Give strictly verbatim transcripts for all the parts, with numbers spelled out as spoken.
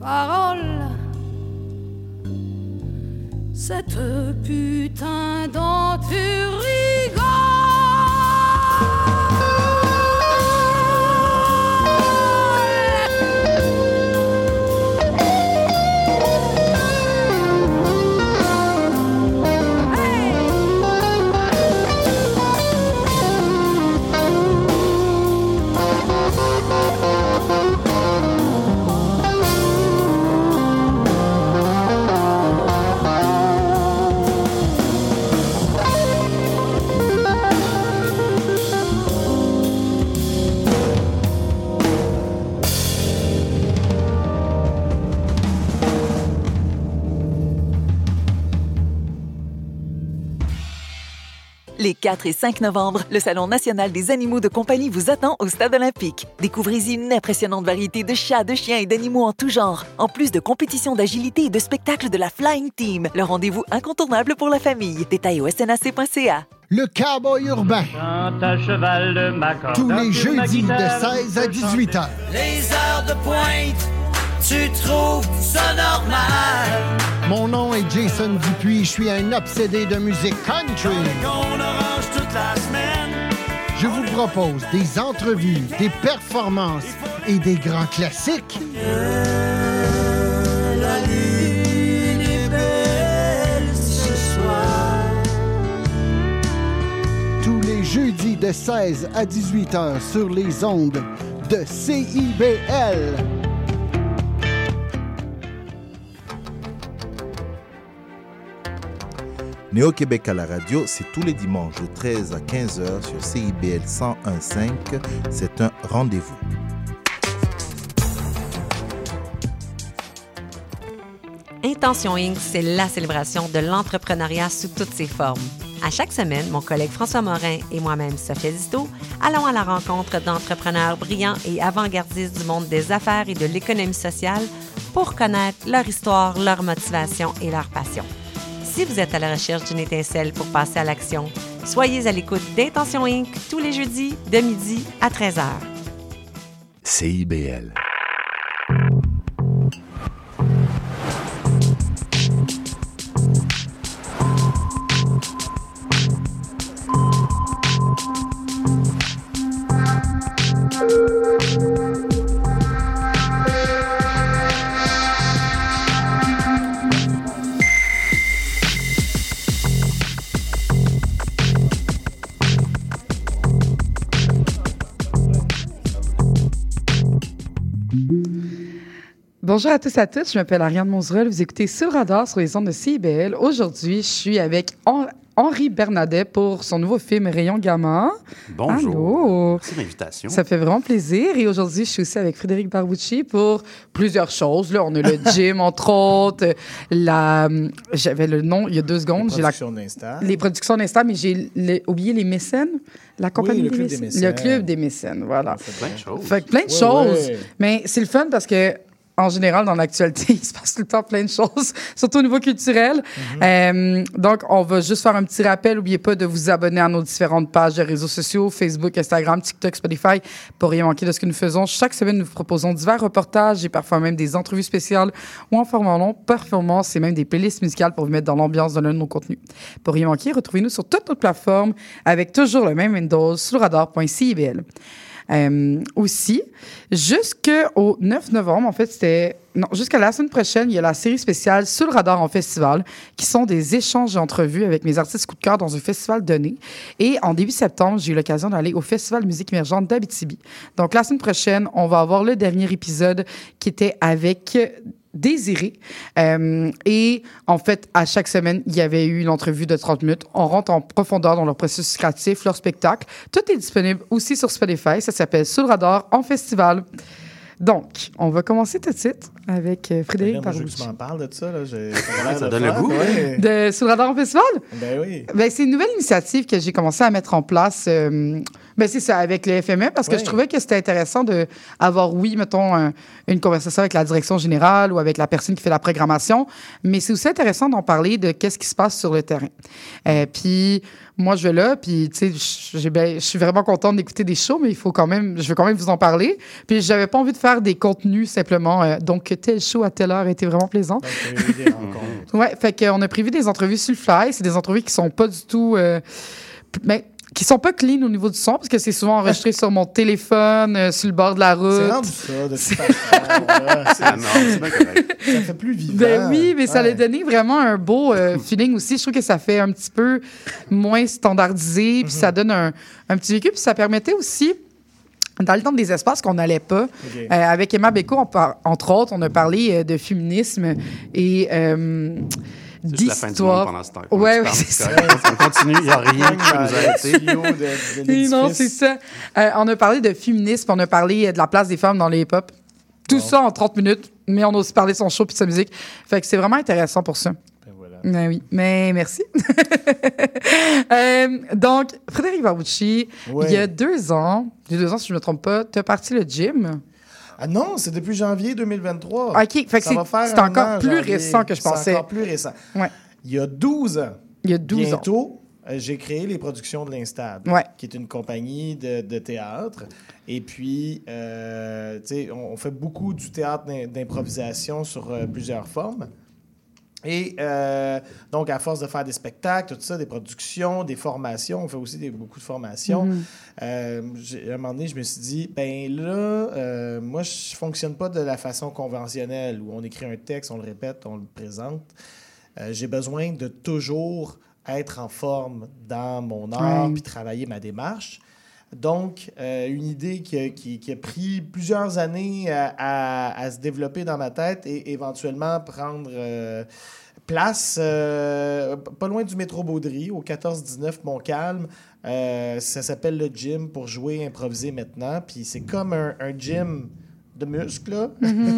parole. Cette putain dont tu rigoles. Les quatre et cinq novembre, le Salon national des animaux de compagnie vous attend au Stade olympique. Découvrez-y une impressionnante variété de chats, de chiens et d'animaux en tout genre. En plus de compétitions d'agilité et de spectacles de la Flying Team, le rendez-vous incontournable pour la famille. Détails au s n a c point c a. Le Cowboy urbain. À cheval de ma corde, Tous les jeudis de seize à dix-huit heures. Les heures de pointe, tu trouves ça normal? Mon nom est Jason Dupuis, je suis un obsédé de musique country. On orange toute la semaine. Je vous propose des entrevues, des performances et des grands classiques. Euh, la lune est belle ce soir. Tous les jeudis de seize à dix-huit heures sur les ondes de C I B L. Néo-Québec à la radio, c'est tous les dimanches de treize à quinze heures sur C I B L cent un virgule cinq. C'est un rendez-vous. Intention Incorporée, c'est la célébration de l'entrepreneuriat sous toutes ses formes. À chaque semaine, mon collègue François Morin et moi-même, Sophia Zito, allons à la rencontre d'entrepreneurs brillants et avant-gardistes du monde des affaires et de l'économie sociale pour connaître leur histoire, leur motivation et leur passion. Si vous êtes à la recherche d'une étincelle pour passer à l'action, soyez à l'écoute d'Intention Incorporée tous les jeudis de midi à treize heures. C I B L. Bonjour à tous et à toutes, je m'appelle Ariane Monzerol, vous écoutez Sur Radar sur les ondes de C I B L. Aujourd'hui, je suis avec Henri Bernadet pour son nouveau film Rayon Gamma. Bonjour. Allô. Merci de l'invitation. Ça fait vraiment plaisir. Et aujourd'hui, je suis aussi avec Frédéric Barbucci pour plusieurs choses. Là, on a le gym, entre autres. La... J'avais le nom il y a deux secondes. Les productions la... d'Insta. Les productions d'Insta, mais j'ai les... oublié les mécènes. La compagnie oui, le des, club mécènes. des mécènes. Le club des mécènes, voilà. Ça fait plein de choses. Fait plein de ouais, choses. Ouais. Mais c'est le fun parce que en général, dans l'actualité, il se passe tout le temps plein de choses, surtout au niveau culturel. Mm-hmm. Euh, donc, on va juste faire un petit rappel. N'oubliez pas de vous abonner à nos différentes pages de réseaux sociaux, Facebook, Instagram, TikTok, Spotify, pour rien manquer de ce que nous faisons. Chaque semaine, nous vous proposons divers reportages et parfois même des entrevues spéciales ou en format long, performances et même des playlists musicales pour vous mettre dans l'ambiance de l'un de nos contenus. Pour rien manquer, retrouvez-nous sur toutes nos plateformes avec toujours le même Windows sur le radar point c i b l. Euh, aussi, jusqu'au neuf novembre, en fait, c'était... Non, jusqu'à la semaine prochaine, il y a la série spéciale Sous le radar en festival, qui sont des échanges et entrevues avec mes artistes coup de cœur dans un festival donné. Et en début septembre, j'ai eu l'occasion d'aller au Festival Musique émergente d'Abitibi. Donc, la semaine prochaine, on va avoir le dernier épisode qui était avec Désiré. Euh, et en fait, à chaque semaine, il y avait eu une entrevue de trente minutes. On rentre en profondeur dans leur processus créatif, leur spectacle. Tout est disponible aussi sur Spotify. Ça s'appelle Sous le radar en festival. Donc, on va commencer tout de suite avec euh, Frédéric Barbucci. Je m'en parle de ça. Là. J'ai... Ça, ça donne le goût. Ouais. De Sous le radar en festival? Ben oui. Ben, c'est une nouvelle initiative que j'ai commencé à mettre en place euh, Ben c'est ça, avec le F M E, parce que Ouais. je trouvais que c'était intéressant d'avoir, oui, mettons, un- une conversation avec la direction générale ou avec la personne qui fait la programmation, mais c'est aussi intéressant d'en parler de qu'est-ce qui se passe sur le terrain. Euh, puis moi, je vais là, puis tu sais, j'ai ben, je suis vraiment contente d'écouter des shows, mais il faut quand même, je veux quand même vous en parler. Puis j'avais pas envie de faire des contenus simplement, euh, donc tel show à telle heure était vraiment plaisant. Donc, il y a eu des rencontres. Ouais, fait qu'on a prévu des entrevues sur le fly. C'est des entrevues qui sont pas du tout. Euh, mais qui sont pas clean au niveau du son, parce que c'est souvent enregistré sur mon téléphone, euh, sur le bord de la route. C'est rendu ça, de toute façon. là. C'est- Ah non, c'est bien correct. Ça fait plus vivant. Ben oui, mais ça Ouais. l'a donné vraiment un beau euh, feeling aussi. Je trouve que ça fait un petit peu moins standardisé, puis ça donne un, un petit vécu, puis ça permettait aussi. Dans le temps des espaces qu'on n'allait pas, Ok. euh, avec Emma Béco, on par- entre autres, on a parlé euh, de féminisme et euh, C'est juste la fin du monde d'histoire. pendant ce temps. Ouais, Tu ouais, parles, c'est c'est ça. correct. On continue, il n'y a rien qui peut nous arrêter. Tuyau de- de Oui, non, l'édifice. c'est ça. Euh, on a parlé de féminisme, on a parlé euh, de la place des femmes dans les hip-hop. Tout Bon. ça en trente minutes, mais on a aussi parlé de son show puis de sa musique. Fait que c'est vraiment intéressant pour ça. Ben voilà. Ben oui, mais merci. Euh, donc, Frédéric Barucci, Ouais. il y a deux ans, il y a deux ans si je ne me trompe pas, tu as parti le gym. Ah non, c'est depuis janvier deux mille vingt-trois. OK, fait que Ça c'est va faire c'est un encore an, plus janvier. récent que je pensais. C'est encore plus récent. Ouais. Il y a douze ans, Il y a douze ans. bientôt, euh, j'ai créé les productions de l'Instad, Ouais. qui est une compagnie de, de théâtre. Et puis, euh, tu sais, on, on fait beaucoup du théâtre d'im- d'improvisation sur euh, plusieurs formes. Et euh, donc, à force de faire des spectacles, tout ça, des productions, des formations, on fait aussi des, beaucoup de formations. Mhm. Euh, j'ai- à un moment donné, je me suis dit, ben là, euh, moi, je fonctionne pas de la façon conventionnelle où on écrit un texte, on le répète, on le présente. Euh, j'ai besoin de toujours être en forme dans mon art Ouais. puis travailler ma démarche. Donc, euh, une idée qui a, qui- qui a pris plusieurs années à, à- à se développer dans ma tête et éventuellement prendre euh, place euh, pas loin du métro Baudry, au quatorze dix-neuf Montcalm. Euh, ça s'appelle le gym pour jouer, improviser maintenant. Puis c'est comme un, un gym de muscles, là,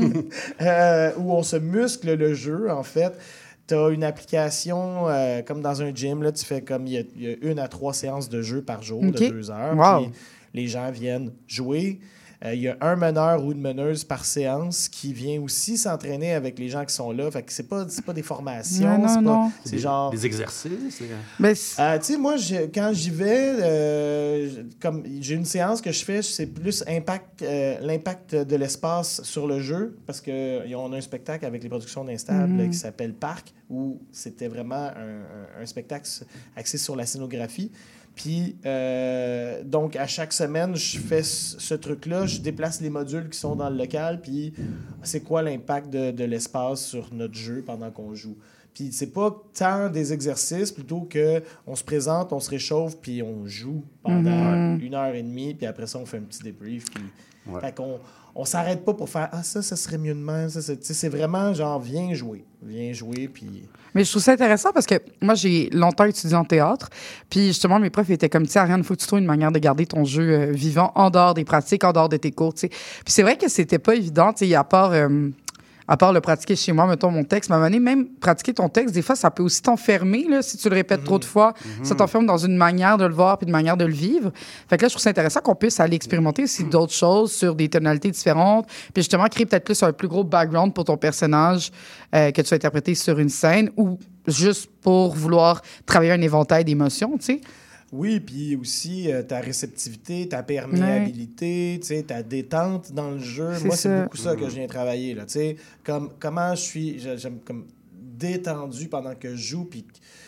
euh, où on se muscle le jeu, en fait. Tu as une application euh, comme dans un gym, là, tu fais comme il y, a- il y a une à trois séances de jeu par jour OK. de deux heures. Wow. Puis les gens viennent jouer. Euh, il y a un meneur ou une meneuse par séance qui vient aussi s'entraîner avec les gens qui sont là. Fait que c'est pas, c'est pas des formations. Non, non, c'est pas- non. C'est genre. Des exercices. c'est- Ben, c'est- Euh, tu sais, moi, je- quand j'y vais, euh, je- comme j'ai une séance que je fais, c'est plus impact, euh, l'impact de l'espace sur le jeu, parce qu'on a un spectacle avec les productions d'Instable Mhm. là, qui s'appelle Parc, où c'était vraiment un, un- un spectacle axé sur la scénographie. Puis, euh, donc, à chaque semaine, je fais ce, ce truc-là, je déplace les modules qui sont dans le local, puis c'est quoi l'impact de, de l'espace sur notre jeu pendant qu'on joue. Puis c'est pas tant des exercices, plutôt que on se présente, on se réchauffe, puis on joue pendant Mhm. une heure et demie, puis après ça, on fait un petit débrief. Puis... Ouais. Fait qu'on on s'arrête pas pour faire « Ah, ça, ça serait mieux de même. » Ça, c'est, tu sais, c'est vraiment genre « Viens jouer. Viens jouer. » Puis... Mais je trouve ça intéressant parce que moi, j'ai longtemps étudié en théâtre. Puis justement, mes profs étaient comme, tu sais, Ariane, il faut que tu trouves une manière de garder ton jeu euh, vivant en dehors des pratiques, en dehors de tes cours, tu sais. Puis c'est vrai que c'était pas évident, tu sais, à part... euh, à part le pratiquer chez moi, mettons mon texte, à un moment donné, même pratiquer ton texte, des fois, ça peut aussi t'enfermer, là, si tu le répètes trop de fois. Ça t'enferme dans une manière de le voir puis une manière de le vivre. Fait que là, je trouve ça intéressant qu'on puisse aller expérimenter aussi d'autres choses sur des tonalités différentes, puis justement créer peut-être plus un plus gros background pour ton personnage euh, que tu vas interpréter sur une scène ou juste pour vouloir travailler un éventail d'émotions, tu sais. Oui, puis aussi euh, ta réceptivité, ta perméabilité, tu sais, ta détente dans le jeu. C'est Moi, ça. c'est beaucoup ça que je viens travailler, là, tu sais. Comme, comment je suis, je- j'aime comme détendu pendant que je joue, puis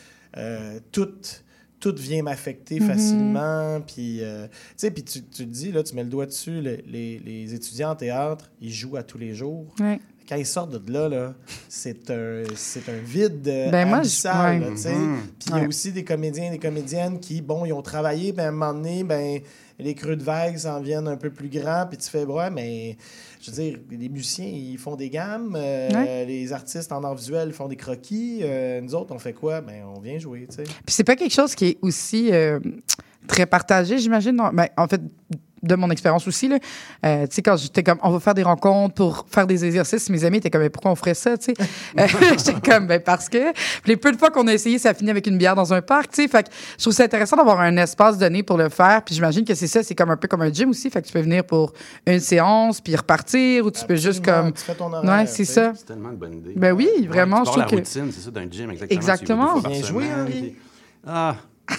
euh, tout, tout vient m'affecter Mhm. facilement, puis, euh, tu sais, puis tu, tu te dis, là, tu mets le doigt dessus, le- les, les étudiants en théâtre, ils jouent à tous les jours. Ouais. Quand ils sortent de là, là c'est un, c'est un vide euh, Ben, moi, je- abyssal, ouais. là, tu sais. Mhm. Puis il y a Ouais. aussi des comédiens et des comédiennes qui, bon, ils ont travaillé, ben, à un moment donné, ben, les creux de vague s'en viennent un peu plus grands, puis tu fais, ouais, mais, je veux dire, les musiciens, ils font des gammes, euh, Ouais. les artistes en art visuel font des croquis, euh, nous autres, on fait quoi? Ben, on vient jouer, tu sais. Puis c'est pas quelque chose qui est aussi euh, très partagé, j'imagine. non? Ben, en fait, de mon expérience aussi, là. Euh, tu sais, quand j'étais comme, on va faire des rencontres pour faire des exercices, mes amis étaient comme, mais pourquoi on ferait ça, tu sais? euh, j'étais comme, ben parce que. Puis les peu de fois qu'on a essayé, ça finit avec une bière dans un parc, tu sais. Fait que je trouve ça intéressant d'avoir un espace donné pour le faire. Puis j'imagine que c'est ça, c'est comme un peu comme un gym aussi. Fait que tu peux venir pour une séance, puis repartir, ou tu Absolument, peux juste comme. Tu fais ton horaire, ouais, c'est ça. C'est tellement une bonne idée. Ben oui, vraiment, ouais, je tu trouve pars que. la routine, c'est ça, d'un gym, exactement. Exactement. Tu y vas deux fois par Bien joué, semaine, Henri. puis- Ah!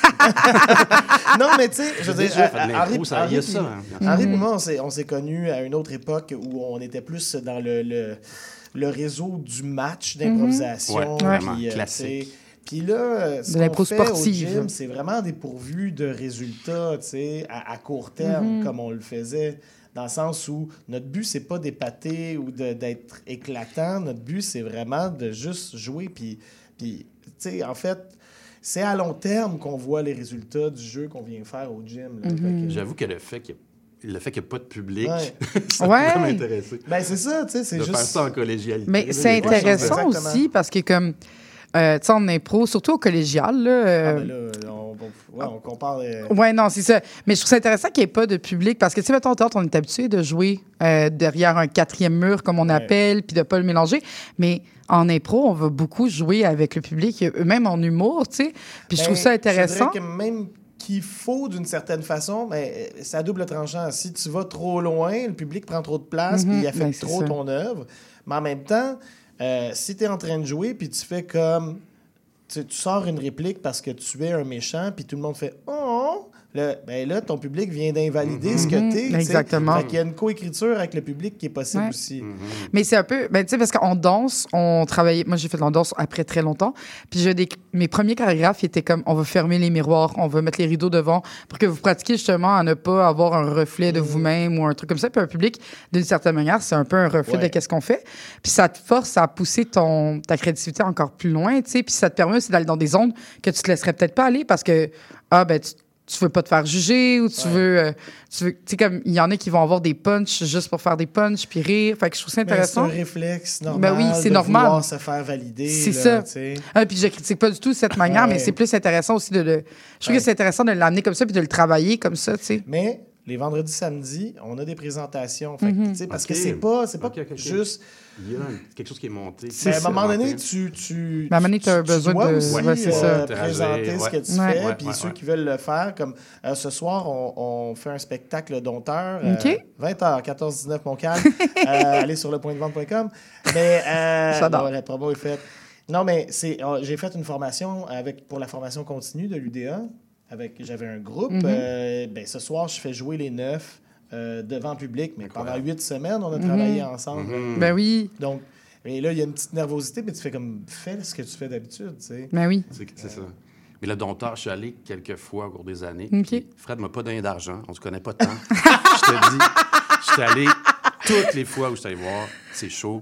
Non, mais tu sais, je veux J'ai dire, déjà fait de euh, l'impro, Henri, ça, il y a Henri ça, puis- hein. Henri et Mhm. moi, on s'est, on s'est connus à une autre époque où on était plus dans le, le, le réseau du match d'improvisation. Ouais, puis, vraiment, euh, classique. tu sais, puis là, euh, ce De l'impro qu'on fait au sportive. gym, c'est vraiment dépourvu de résultats, tu sais, à, à court terme, Mhm. comme on le faisait. Dans le sens où notre but, c'est pas d'épater ou de- d'être éclatant. Notre but, c'est vraiment de juste jouer. Puis, puis tu sais, en fait, c'est à long terme qu'on voit les résultats du jeu qu'on vient faire au gym. Là. Fait que- J'avoue que le fait qu'il y a- le fait qu'il n'y a pas de public, Ouais. ça Ouais. peut m'intéresser. Ben, c'est ça, tu sais, c'est De juste... faire ça en collégialité. Mais là, c'est il y a quelque chose de- intéressant Exactement. aussi parce que, comme, euh, tu sais, en impro, surtout au collégial, là. Ah, euh, ben là, on, on- ouais, on compare... euh, Ouais, non, c'est ça. Mais je trouve ça intéressant qu'il n'y ait pas de public parce que, tu sais, mettons, au théâtre, on est habitué de jouer euh, derrière un quatrième mur, comme on Ouais. appelle, puis de pas le mélanger. Mais en impro, on va beaucoup jouer avec le public, euh, même en humour, tu sais. Puis je trouve ben, ça intéressant. Je dirais que même qu'il faut, d'une certaine façon, mais euh, c'est à double tranchant. Si tu vas trop loin, le public prend trop de place, Mhm, puis il affecte ben, c'est trop ça. ton œuvre. Mais en même temps, euh, si tu es en train de jouer, puis tu fais comme... Tu, tu sors une réplique parce que tu es un méchant, puis tout le monde fait « Oh! » Là, ben là, ton public vient d'invalider ce que Mhm. tu es. Exactement. Fait qu'il y a une coécriture avec le public qui est possible Ouais. aussi. Mais c'est un peu, ben, tu sais, parce qu'en danse, on travaillait, moi j'ai fait de la danse après très longtemps, puis j'ai des, mes premiers chorégraphes étaient comme, on va fermer les miroirs, on va mettre les rideaux devant pour que vous pratiquiez justement à ne pas avoir un reflet de vous-même ou un truc comme ça. Puis un public, d'une certaine manière, c'est un peu un reflet Ouais. de qu'est-ce qu'on fait. Puis ça te force à pousser ton, ta créativité encore plus loin, tu sais, puis ça te permet aussi d'aller dans des zones que tu te laisserais peut-être pas aller parce que, ah, ben, tu tu veux pas te faire juger ou tu Ouais. veux euh, tu veux tu sais comme il y en a qui vont avoir des punchs juste pour faire des punchs puis rire, fait que je trouve ça Ben, c'est un intéressant. réflexe normal Ben oui, c'est de normal. vouloir se faire valider. C'est là, ça. tu sais. Ah, puis je critique pas du tout cette manière, Ouais. mais c'est plus intéressant aussi de le je trouve Ouais. que c'est intéressant de l'amener comme ça puis de le travailler comme ça, tu sais. Mais les vendredis, samedis, on a des présentations. Fait que, Mhm. tu sais, parce Ok. que c'est pas, c'est pas Ok, ok, ok. juste... Il y a un- quelque chose qui est monté. Mais à un ça. moment donné, tu... tu Mais à un moment donné, tu- t'as tu besoin dois de- aussi, ouais, c'est euh, ça. présenter ce que tu Ouais. fais. Ouais, Puis ouais, ceux ouais. qui veulent le faire, comme euh, ce soir, on, on fait un spectacle dompteur. euh, Ok. vingt heures, quatorze dix-neuf Montcalm. euh, allez sur le point de vente point com. Mais euh, J'adore. bon, la promo est faite. Non, mais c'est, euh, j'ai fait une formation avec, pour la formation continue de l'U D A. Avec, j'avais un groupe. Mhm. Euh, ben, ce soir, je fais jouer les neuf euh, devant le public. Mais pendant Incroyable. huit semaines, on a Mhm. travaillé ensemble. Mhm. Ben oui, Donc, et là, il y a une petite nervosité, mais tu fais comme, fais ce que tu fais d'habitude, tu sais. ben oui. C'est c'est ça. Mais le dompteur, je suis allé quelques fois au cours des années. Ok. puis Fred m'a pas donné d'argent. On se connaît pas tant. Je te dis, je suis allé toutes les fois où je suis allé voir, c'est chaud.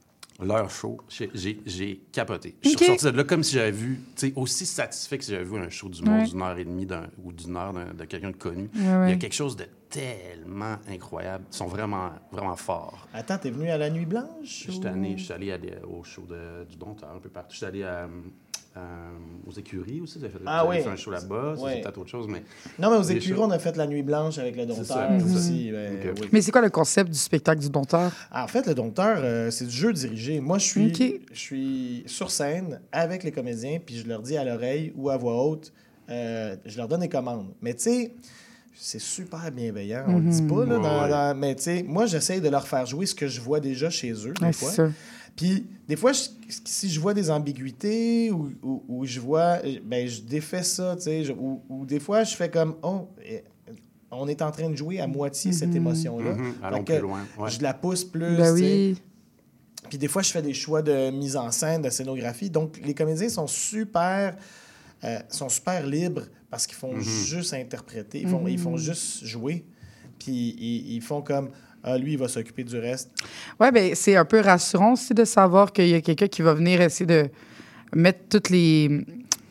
Leur show, j'ai- j'ai j'ai capoté. Je suis Ok. sorti de là comme si j'avais vu, tu sais, aussi satisfait que si j'avais vu un show du monde Ouais. d'une heure et demie d'un- ou d'une heure d'un- de quelqu'un de connu. Ouais, Il y ouais. a quelque chose de tellement incroyable. Ils sont vraiment, vraiment forts. Attends, t'es venu à la Nuit Blanche? Je suis ou- allé, je suis allé à des- au show de, du Dompteur, un peu partout. Je suis allé à, à- aux écuries aussi. J'avais fait, Ah j'avais oui. fait un show là-bas. Ça, Ouais. c'est peut-être autre chose, mais... Non, mais aux Des écuries, shows. on a fait la Nuit Blanche avec le C'est dompteur ça, c'est ça. aussi. ben, Ok. oui. Mais c'est quoi le concept du spectacle du dompteur? En fait, le dompteur, euh, c'est du jeu dirigé. Moi, je suis, Ok. je suis sur scène avec les comédiens, puis je leur dis à l'oreille ou à voix haute, euh, je leur donne des commandes. Mais tu sais, c'est super bienveillant, on le dit pas, là, Ouais, dans- ouais. dans- mais tu sais, moi, j'essaie de leur faire jouer ce que je vois déjà chez eux, des Ouais, fois. c'est ça. Puis, des fois, je- si je vois des ambiguïtés ou, ou- ou je vois, ben, je défais ça, tu sais, je- ou, ou des fois, je fais comme, oh, eh, on est en train de jouer à moitié cette émotion-là. Mhm. Allons Fait que plus loin. Ouais. Je la pousse plus, Ben tu sais. oui. Puis des fois, je fais des choix de mise en scène, de scénographie. Donc, les comédiens sont super, euh, sont super libres parce qu'ils font Mhm. juste interpréter. Ils font, ils font juste jouer. Puis ils, ils font comme, ah, lui, il va s'occuper du reste. Ouais, ben c'est un peu rassurant aussi de savoir qu'il y a quelqu'un qui va venir essayer de mettre toutes les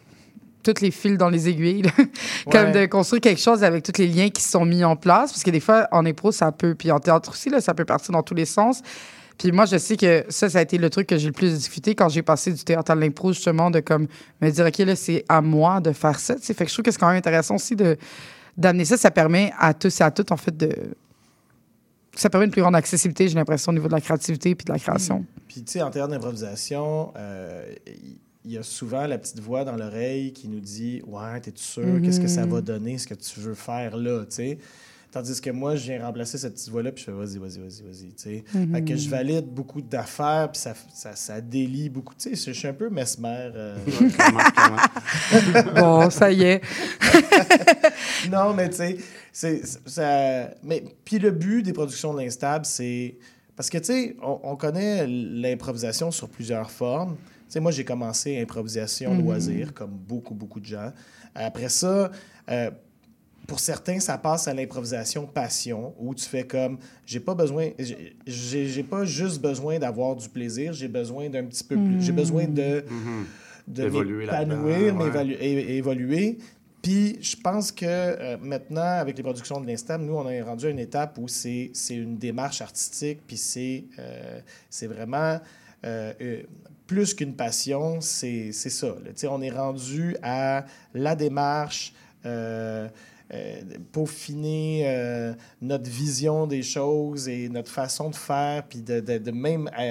toutes les fils dans les aiguilles, là. Comme Ouais. de construire quelque chose avec tous les liens qui se sont mis en place, parce que des fois en impro ça peut, puis en théâtre aussi là, ça peut partir dans tous les sens. Puis moi, je sais que ça, ça a été le truc que j'ai le plus discuté quand j'ai passé du théâtre à l'impro, justement, de comme me dire, OK, là, c'est à moi de faire ça. Tu sais. Fait que je trouve que c'est quand même intéressant aussi de, d'amener ça. Ça permet à tous et à toutes, en fait, de... Ça permet une plus grande accessibilité, j'ai l'impression, au niveau de la créativité puis de la création. Mmh. Puis, tu sais, en termes d'improvisation, euh, il y a souvent la petite voix dans l'oreille qui nous dit « Ouais, t'es-tu sûr? Mm-hmm. Qu'est-ce que ça va donner, ce que tu veux faire là? » Tu sais. Tandis que moi, je viens remplacer cette petite voix-là, puis je fais « Vas-y, vas-y, vas-y, vas-y. » Tu sais. Mm-hmm. Fait que je valide beaucoup d'affaires, puis ça, ça, ça délie beaucoup. Tu sais, je suis un peu mesmer. Euh... Bon, ça y est. Non, mais tu sais, c'est, ça... Mais puis le but des productions de l'Instable, c'est... Parce que, tu sais, on, on connaît l'improvisation sur plusieurs formes. Tu sais, moi, j'ai commencé improvisation mm-hmm. loisir, comme beaucoup, beaucoup de gens. Après ça... Euh, Pour certains, ça passe à l'improvisation passion, où tu fais comme, j'ai pas besoin, j'ai, j'ai pas juste besoin d'avoir du plaisir, j'ai besoin d'un petit peu plus, mmh. j'ai besoin de, mmh. de m'épanouir, m'évaluer, ouais. évoluer. Puis, je pense que euh, maintenant, avec les productions de l'Instable, nous, on est rendu à une étape où c'est, c'est une démarche artistique, puis c'est, euh, c'est vraiment... Euh, euh, plus qu'une passion, c'est, c'est ça. Là. On est rendu à la démarche... Euh, Euh, peaufiner euh, notre vision des choses et notre façon de faire, puis de, de, de même euh,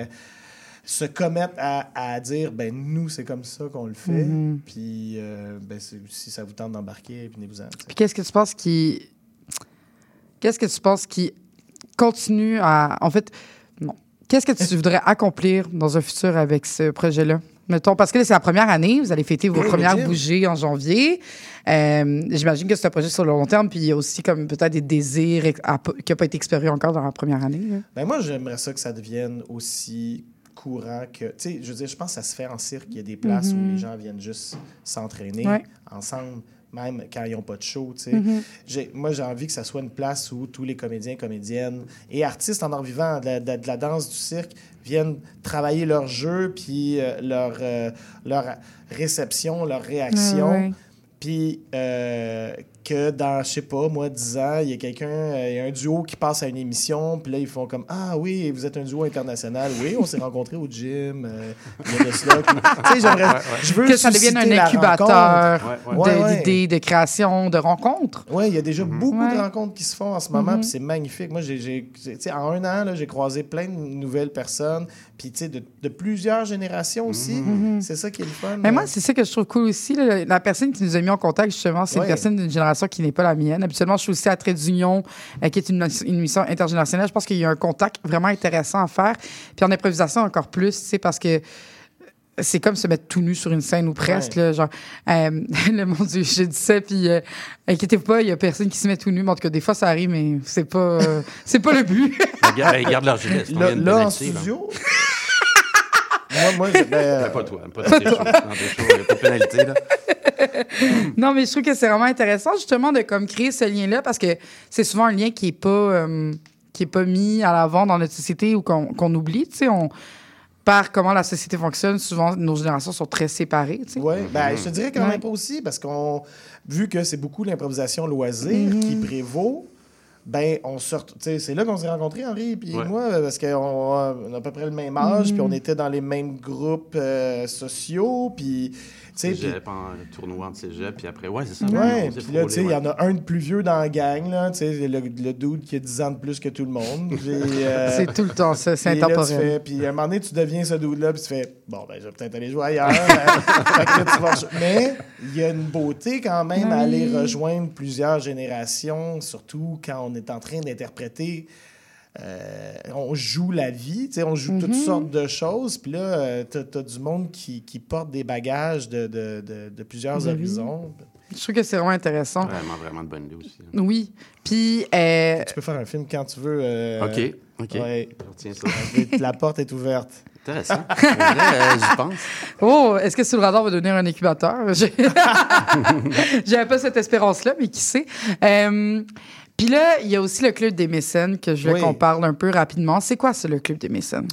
se commettre à, à dire, ben nous, c'est comme ça qu'on le fait, mm-hmm. puis euh, ben, si ça vous tente d'embarquer, venez-vous-en. Puis qu'est-ce que tu penses qui... Qu'est-ce que tu penses qui continue à... En fait, non. Qu'est-ce que tu voudrais accomplir dans un futur avec ce projet-là? Mettons, parce que là, c'est la première année, vous allez fêter vos oui, premières bougies en janvier. Euh, j'imagine que c'est un projet sur le long terme, puis il y a aussi comme peut-être des désirs à, qui n'ont pas été expérimentés encore dans la première année. Là. Ben moi, j'aimerais ça que ça devienne aussi courant que... Tu sais, je veux dire, je pense que ça se fait en cirque. Il y a des places mm-hmm. où les gens viennent juste s'entraîner ouais. ensemble, même quand ils n'ont pas de show, tu sais. Mm-hmm. J'ai, moi, j'ai envie que ça soit une place où tous les comédiens, comédiennes et artistes en art vivant de la, de, de la danse, du cirque, viennent travailler leur jeu, puis euh, leur, euh, leur réception, leur réaction. Ah, ouais. Puis euh, que dans, je sais pas, moi, dix ans, il y a quelqu'un, il y a un duo qui passe à une émission, puis là, ils font comme « Ah oui, vous êtes un duo international. Oui, on s'est rencontrés au gym. Euh, il y a de cela. » Tu sais, j'aimerais... Ouais, ouais. Je veux que ça devienne un incubateur ouais, ouais. De, ouais, ouais. d'idées, de création, de rencontres. Oui, il y a déjà mm-hmm. beaucoup ouais. de rencontres qui se font en ce moment, mm-hmm. puis c'est magnifique. Moi, j'ai, j'ai, tu sais, en un an, là, j'ai croisé plein de nouvelles personnes, puis tu sais, de, de plusieurs générations aussi. Mm-hmm. C'est ça qui est le fun. Mais moi, c'est ça que je trouve cool aussi. Là, la personne qui nous a mis en contact, justement, c'est ouais. une personne d'une génération qui n'est pas la mienne. Habituellement, je suis aussi à Trait d'Union, euh, qui est une, une émission intergénérationnelle. Je pense qu'il y a un contact vraiment intéressant à faire. Puis en improvisation, encore plus, tu sais, parce que c'est comme se mettre tout nu sur une scène ou presque. Ouais. Là, genre, euh, le, mon Dieu, je dis ça, puis euh, inquiétez-vous pas, il y a personne qui se met tout nu. Mais en tout cas, des fois, ça arrive, mais c'est pas, euh, c'est pas le but. Regarde, regarde leur gilet. Là, là en studio... moi, moi, ben, euh... pas toi, pas dans tes shows. Dans tes shows, il n'y a pas de pénalité, là. Non, mais je trouve que c'est vraiment intéressant, justement, de comme créer ce lien-là, parce que c'est souvent un lien qui n'est pas, euh, qui est pas mis à l'avant dans notre société ou qu'on, qu'on oublie, tu sais, on... Par comment la société fonctionne, souvent, nos générations sont très séparées. Oui, ben, je te dirais quand même ouais. pas aussi, parce qu'on, vu que c'est beaucoup l'improvisation loisir mm-hmm. qui prévaut, ben on sort, tu sais, c'est là qu'on s'est rencontrés, Henri puis ouais. moi, parce qu'on on a à peu près le même âge, puis mm-hmm. on était dans les mêmes groupes euh, sociaux, puis... Cégep, pis... en tournoi de cégep, puis après, ouais, c'est ça. Ouais, puis là, tu sais, il ouais. y en a un de plus vieux dans la gang, là, tu sais, le, le dude qui a dix ans de plus que tout le monde. Puis, euh, c'est tout le temps ça, c'est intemporel. Puis à un moment donné, tu deviens ce dude-là, puis tu fais, bon, ben, je vais peut-être aller jouer ailleurs. Fait que là, tu vas... Mais il y a une beauté quand même oui. à aller rejoindre plusieurs générations, surtout quand on est en train d'interpréter... Euh, on joue la vie, on joue mm-hmm. toutes sortes de choses. Puis là, euh, t'as, t'as du monde qui, qui porte des bagages de, de, de, de plusieurs de horizons. Je trouve que c'est vraiment intéressant. Vraiment, vraiment de bonne idée aussi. Hein. Oui. Puis... Euh... Tu peux faire un film quand tu veux. Euh... OK, OK. Ouais. Je retiens ça. La porte est ouverte. Intéressant. Vrai, euh, j'y pense. Oh, est-ce que Sous le radar va devenir un incubateur? J'avais pas cette espérance-là, mais qui sait. Euh... Puis là, il y a aussi le Club des mécènes que je veux oui. qu'on parle un peu rapidement. C'est quoi ça, le Club des mécènes?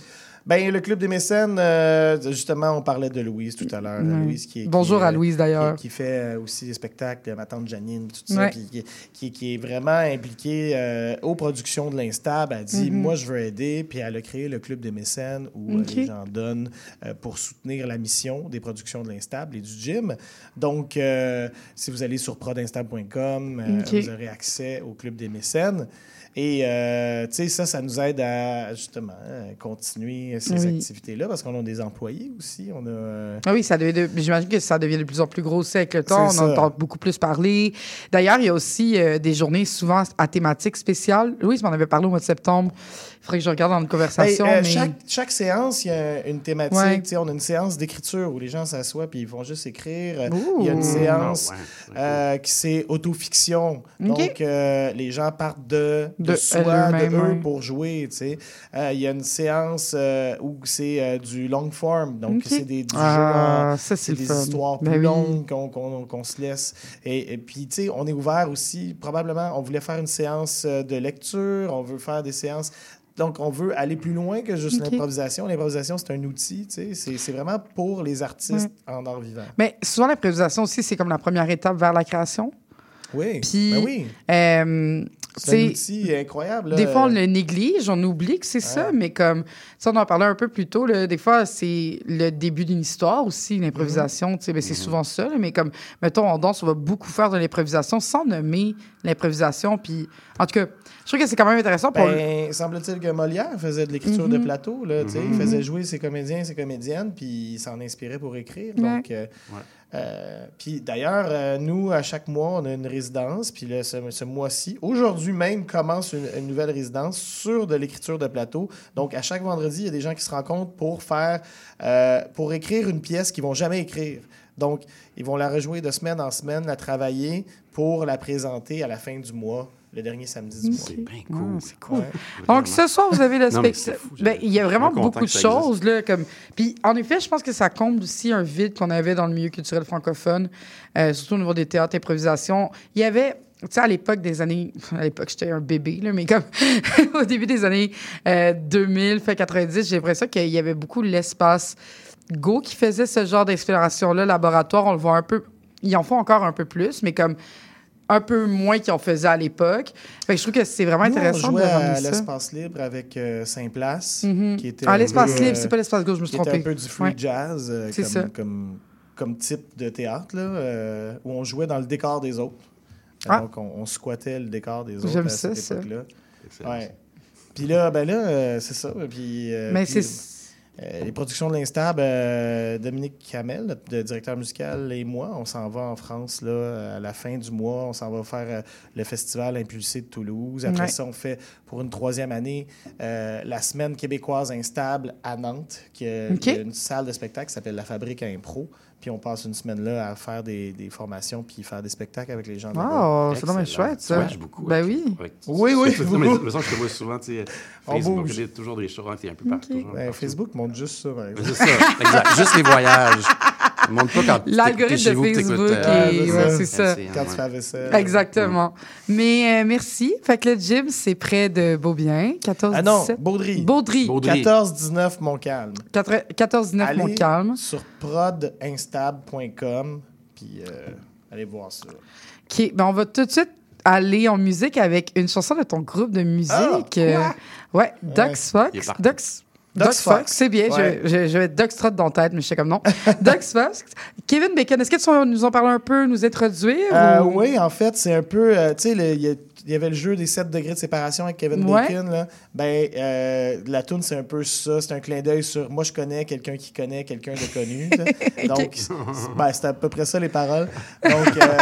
Ben, le Club des mécènes, euh, justement, on parlait de Louise tout à l'heure. Mm. Louise qui est, Bonjour qui, à Louise, d'ailleurs. Qui, qui fait aussi des spectacles, ma tante Janine, tout ça, Ouais. puis qui, qui, qui est vraiment impliquée euh, aux productions de l'Instab. Elle dit, Mm-hmm. moi, je veux aider, puis elle a créé le Club des mécènes où Ok. euh, les gens donnent euh, pour soutenir la mission des productions de l'Instab et du gym. Donc, euh, si vous allez sur prodinstab point com, euh, Ok. vous aurez accès au Club des mécènes. Et, euh, tu sais, ça, ça nous aide à, justement, à continuer ces Oui. activités-là parce qu'on a des employés aussi. On a... euh, Ah oui, ça devient de- j'imagine que ça devient de plus en plus gros aussi avec le temps. C'est On ça. entend beaucoup plus parler. D'ailleurs, il y a aussi euh, des journées souvent à thématique spéciale. Louise m'en avait parlé au mois de septembre. Il faudrait que je regarde dans une conversation. Hey, euh, mais... chaque, chaque séance, il y a une thématique. Ouais. Tu sais, on a une séance d'écriture où les gens s'assoient puis ils vont juste écrire. Ouh. Il y a une séance Ah ouais, euh, qui c'est autofiction. Ok. Donc, euh, les gens partent de, de, De soi, de eux-mêmes, eux ouais. pour jouer. Tu sais. Euh, il y a une séance euh, où c'est euh, du long form. Donc, Ok. c'est des, du Ah, jeu en- ça, c'est c'est le des fun. histoires Ben plus oui. longues qu'on qu'on- qu'on se laisse. Et, et puis, tu sais, on est ouvert aussi. Probablement, on voulait faire une séance euh, de lecture. On veut faire des séances... Donc, on veut aller plus loin que juste Ok. l'improvisation. L'improvisation, c'est un outil, tu sais. C'est, c'est vraiment pour les artistes en art vivant. Mais souvent, l'improvisation aussi, c'est comme la première étape vers la création. Oui, Puis, ben oui. Euh, C'est un tu sais, outil incroyable. là. Des fois, on le néglige, on oublie que c'est ça, mais comme, tu sais, on en parlait un peu plus tôt, là, des fois, c'est le début d'une histoire aussi, l'improvisation, tu sais, ben, c'est souvent ça, là, mais comme, mettons, en danse, on va beaucoup faire de l'improvisation sans nommer l'improvisation, puis, en tout cas, je trouve que c'est quand même intéressant pour... Ben, semble-t-il que Molière faisait de l'écriture de Mhm. plateau. Là, tu sais. Il faisait jouer ses comédiens et ses comédiennes, puis il s'en inspirait pour écrire. Donc, euh, Ouais. euh, puis d'ailleurs, euh, nous, à chaque mois, on a une résidence. Puis là, ce, ce mois-ci, aujourd'hui même, commence une, une nouvelle résidence sur de l'écriture de plateau. Donc, à chaque vendredi, il y a des gens qui se rencontrent pour faire, euh, pour écrire une pièce qu'ils vont jamais écrire. Donc, ils vont la rejouer de semaine en semaine, la travailler pour la présenter à la fin du mois, le dernier samedi du mois. C'est bien Ah, cool. c'est cool. Ouais. Donc, ce soir, vous avez le Non, mais c'est spectacle. fou, Ben, il y a vraiment je suis content beaucoup de que ça choses. Là, comme... Puis, en effet, je pense que ça comble aussi un vide qu'on avait dans le milieu culturel francophone, euh, surtout au niveau des théâtres d'improvisation. Il y avait, tu sais, à l'époque des années... À l'époque, j'étais un bébé, là, mais comme au début des années euh, deux mille, fin quatre-vingt-dix, j'ai l'impression qu'il y avait beaucoup l'espace Go qui faisait ce genre d'exploration-là, laboratoire. On le voit un peu... Ils en font encore un peu plus, mais comme... un peu moins qu'ils en faisaient à l'époque. Fait que je trouve que c'est vraiment Nous, intéressant on jouait de à ramener ça. l'espace libre avec euh, Saint-Place, Mhm. qui était Ah, un l'espace peu, libre, euh, c'est pas l'espace gauche, je me suis qui était trompé. un peu du free Ouais. jazz euh, C'est ça. comme, comme, comme type de théâtre, là, euh, où on jouait dans le décor des autres. Ah. Donc, on, on squattait le décor des autres J'aime à ça, cette ça. époque-là. Excellent. Ouais. Puis là, ben là, euh, c'est ça. Puis, euh, Mais puis, c'est... euh, les productions de l'Instab, euh, Dominique Camel, notre de- directeur musical, et moi, on s'en va en France là, à la fin du mois. On s'en va faire euh, le festival Impulsé de Toulouse. Après Ouais. ça, on fait pour une troisième année euh, la semaine québécoise instable à Nantes, qui a, OK. il y a une salle de spectacle qui s'appelle La Fabrique à Impro. Puis on passe une semaine là à faire des, des formations puis faire des spectacles avec les gens de là-bas. Wow, c'est vraiment Excellent. chouette, Tu ça. voyages beaucoup. Ben avec- oui. avec- Oui, oui, Non, mais beaucoup. le sens que je te vois souvent, tu sais, On Facebook, bouge. il y a toujours des choses, tu es un peu partout. toujours Ben, partout. Facebook montre juste ça. par Mais exemple. c'est ça, exact. Juste les voyages. Il montre pas quand tu L'algorithme t'es chez de vous, que t'écoutes, Facebook, euh, est- c'est ouais, ça. c'est ça. c'est- Quand ouais. tu fais la vaisselle. Exactement. Mais euh, merci. Fait que le gym, c'est près de Beaubien, quatorze Ah non, dix-sept. Baudry. Baudry. Baudry. quatorze dix-neuf Montcalm. quatorze dix-neuf Allez Montcalm. sur prodinstab point com puis euh, allez voir ça. OK. Ben, on va tout de suite aller en musique avec une chanson de ton groupe de musique. Ah, quoi? Euh, ouais, Dux Fox. Il est parti. Dux Dux Dux Fox. Fox, c'est bien. Ouais. Je, je, je vais Dux Trot dans la tête, mais je sais comme non. Dux Fox. Kevin Bacon, est-ce que tu vas nous en parler un peu, nous introduire? Euh, ou- Oui, en fait, c'est un peu. euh, tu sais, le- il y, a- il y avait le jeu des sept degrés de séparation avec Kevin Ouais. Bacon. Là. Ben, euh, la tune, c'est un peu ça. C'est un clin d'œil sur moi, je connais quelqu'un qui connaît quelqu'un de connu. tu sais. Donc, c'est- ben, c'est à peu près ça, les paroles. Donc, euh,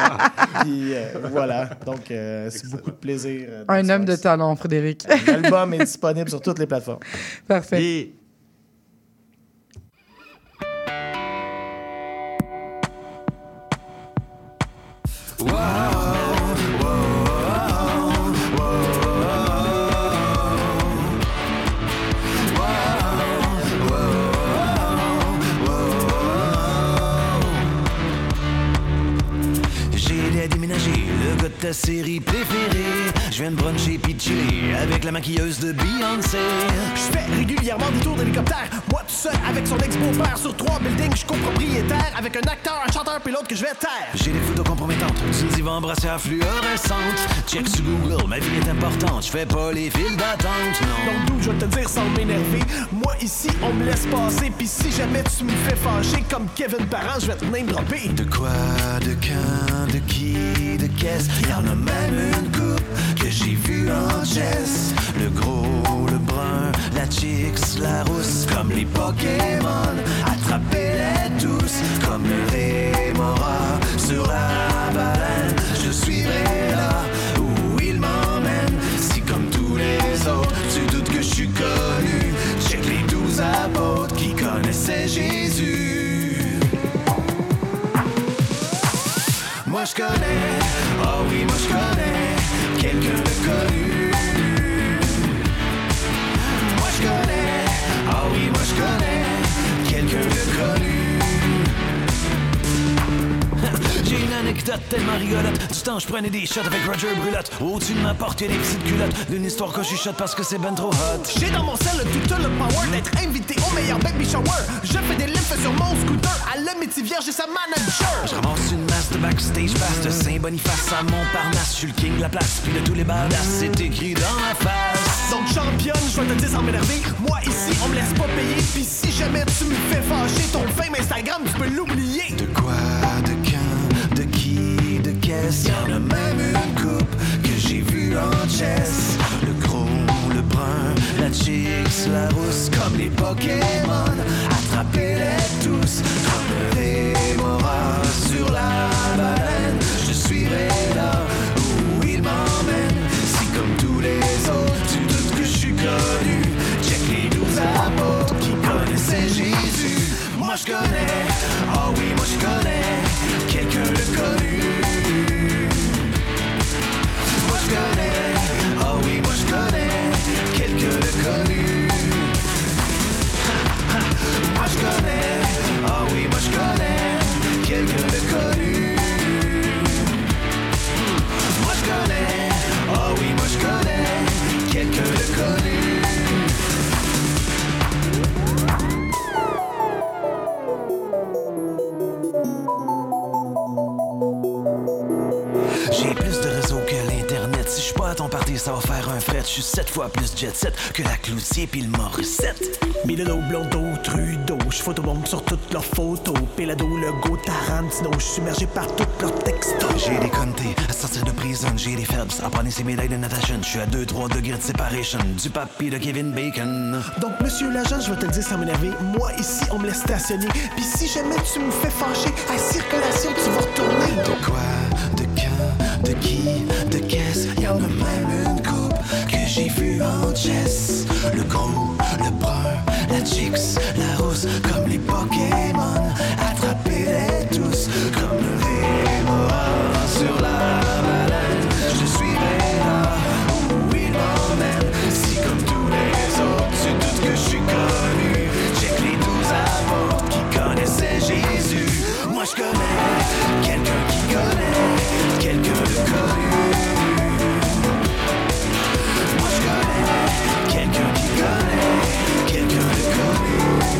puis, euh, voilà. Donc, euh, c'est beaucoup de plaisir. euh, Un Dux homme de Fox. talent, Frédéric. L'album est disponible sur toutes les plateformes. Parfait. Et J'ai déménagé, le gars de ta série préférée. je viens de bruncher pis de chiller avec la maquilleuse de Beyoncé. Je fais régulièrement des tours d'hélicoptère, moi tout seul avec son ex-beau-père. Sur trois buildings, je suis copropriétaire avec un acteur, un chanteur pis l'autre que je vais taire. J'ai des photos compromettantes, d'une diva en brassière fluorescente. Check sur Google, ma vie est importante, je fais pas les files d'attente, non. Donc d'où je vais te dire sans m'énerver, moi ici on me laisse passer. Pis si jamais tu me fais fâcher comme Kevin Parent, je vais te name dropper. De quoi, de quand, de qui, de qu'est-ce? Y'en a même une coupe que j'ai vue en chess. Le gros, le brun, la chicks, la rousse. Comme les Pokémon, attrapez-les tous. Comme le Rémora sur la baleine. Je suivrai là où il m'emmène. Si comme tous les autres, tu doutes que je suis connu. Check les douze apôtres qui connaissaient Jésus. Moi je connais, oh oui moi je connais quelqu'un de connu. Moi je connais, oh oui moi je connais quelqu'un de connu. J'ai une anecdote tellement rigolote. Du temps je prenais des shots avec Roger Brulotte. Au-dessus de ma porte y'a des petites culottes. D'une histoire que je chuchote parce que c'est ben trop hot. J'ai dans mon sel tout le power d'être invité au meilleur baby shower. Je fais des lifts sur mon scooter. À le métier vierge et sa manager. Je ramasse une masse de backstage pass de Saint-Boniface à Montparnasse. Je suis le king de la place puis de tous les badass. C'est écrit dans ma face. Donc championne, je vais te dire sans m'énerver. Moi ici on me laisse pas payer. Pis si jamais tu me fais fâcher, ton fame Instagram tu peux l'oublier. De quoi, de quand, de qui, de qu'est-ce? Y'en a même une coupe que j'ai vue en chess. Le gros, le brun, la chicks, la rousse. Comme les Pokémon, attrapez-les tous. Comme le Rémora sur la baleine. Je suivrai là où il m'emmène. Si comme tous les autres, tu doutes que je suis connu. Check les douze apôtres qui connaissaient Jésus. Moi je connais, oh oui moi je connais quelqu'un de connu. Moi je connais, oh oui moi je connais quelqu'un de connu. Moi je connais, oh oui moi je connais quelqu'un de connu. Moi je connais, oh oui moi je connais quelqu'un de connu. J'ai plus de réseau que l'internet. Si je suis pas à ton party, ça va faire un fret. Je suis sept fois plus jet set que la Cloutier pis le Morissette. Bilodo, Blondeau, Trudeau, je photobombe sur toutes leurs photos. Pelado, Legault, Tarantino, je suis submergé par toutes leurs textos. J'ai des contés à sortir de prison, j'ai des Phelps à prendre ses médailles de natation. Je suis à deux trois degrés de séparation du papi de Kevin Bacon. Donc monsieur l'agent, je vais te le dire sans m'énerver. Moi ici on me laisse stationner. Pis si jamais tu me fais fâcher, à circulation tu vas retourner. De quoi, de quand, de qui, de qu'est-ce? Y'en a même une coupe que j'ai vue en chess. Le gros, le brun, la chicks, la rousse. Comme les Pokémon, attrapez-les tous. Comme le Rémora sur la baleine. Je suivrai là où il m'emmène. Si comme tous les autres, tu doutes que je suis connu. Check les douze apôtres qui connaissaient Jésus. Moi je connais quelqu'un qui connaît quelqu'un de connu. Moi je connais quelqu'un qui connaît quelqu'un de connu.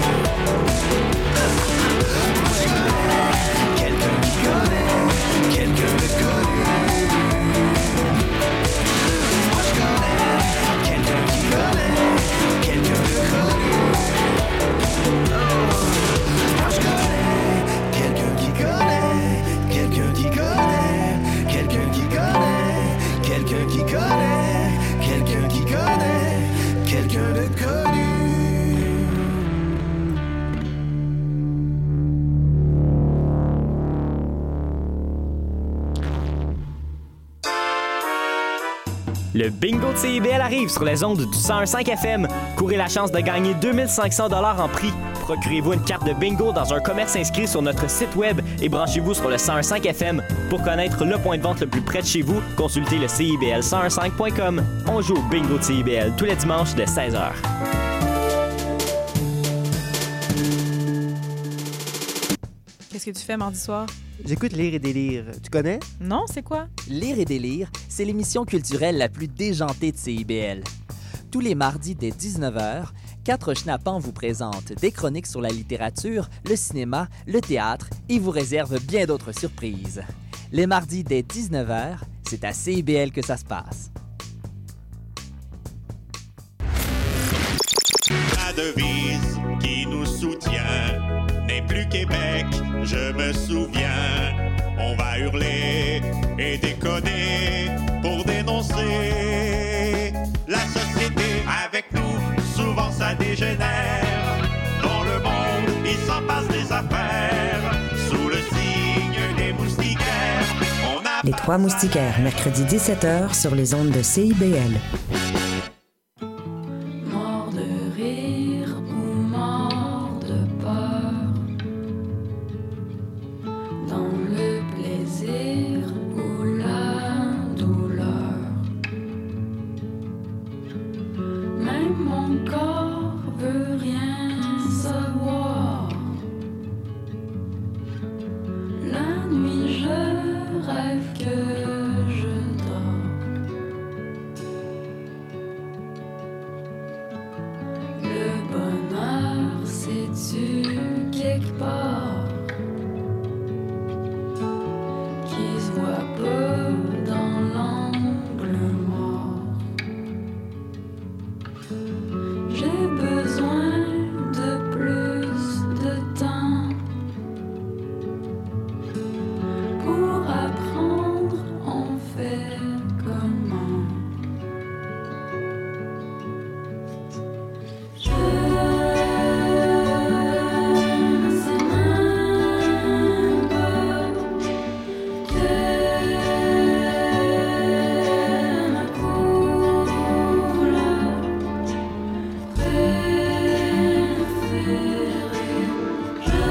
Moi je connais quelqu'un qui connaît quelqu'un de connu. Moi je connais quelqu'un qui connaît quelqu'un de connu. Moi je connais quelqu'un qui connaît quelqu'un qui connaît quelqu'un qui connaît quelqu'un qui connaît quelqu'un qui connaît quelqu'un de connu. Le bingo de C I B L arrive sur les ondes du cent un virgule cinq F M. Courez la chance de gagner deux mille cinq cents dollars en prix. Procurez-vous une carte de bingo dans un commerce inscrit sur notre site web et branchez-vous sur le cent un virgule cinq F M. Pour connaître le point de vente le plus près de chez vous, consultez le C I B L cent un virgule cinq point com. On joue au bingo de C I B L tous les dimanches dès seize heures. Qu'est-ce que tu fais mardi soir? J'écoute Lire et délire. Tu connais? Non, c'est quoi? Lire et délire, c'est l'émission culturelle la plus déjantée de C I B L. Tous les mardis dès dix-neuf heures, Quatre Schnappants vous présentent des chroniques sur la littérature, le cinéma, le théâtre et vous réservent bien d'autres surprises. Les mardis dès dix-neuf heures, c'est à C I B L que ça se passe. La devise qui nous soutient n'est plus Québec, je me souviens. On va hurler et déconner pour dénoncer la société avec nous. Souvent ça dégénère. Dans le monde, il s'en passe des affaires. Sous le signe des moustiquaires, on a... Les Trois Moustiquaires, mercredi dix-sept heures sur les ondes de C I B L. Mort de rire ou mort de peur, dans le plaisir ou la douleur, même mon corps veut rien savoir. La nuit je rêve que je dors. Le bonheur, c'est-tu quelque part qui se voit pas dans l'angle mort? J'ai besoin de plus de temps pour apprendre, on fait comment? Je ne sais même pas quelle est ma couleur préférée. Je ne sais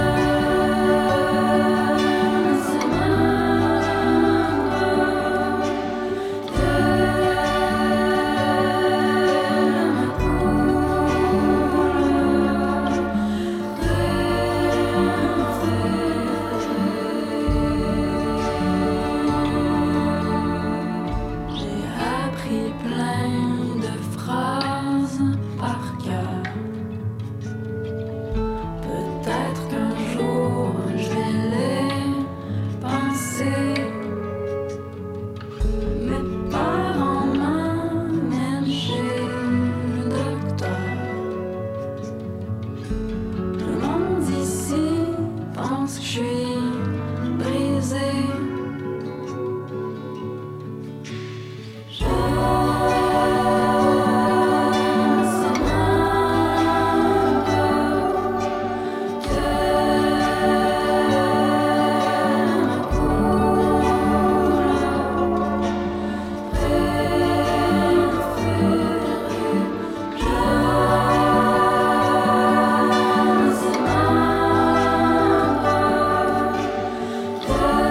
J'ai appris plein de phrases par cœur. Peut-être qu'un jour je vais les penser. Mes parents m'emmènent chez le docteur. Le monde ici pense que je suis brisée. Je ne sais même pas quelle est ma couleur préférée. Je ne sais même pas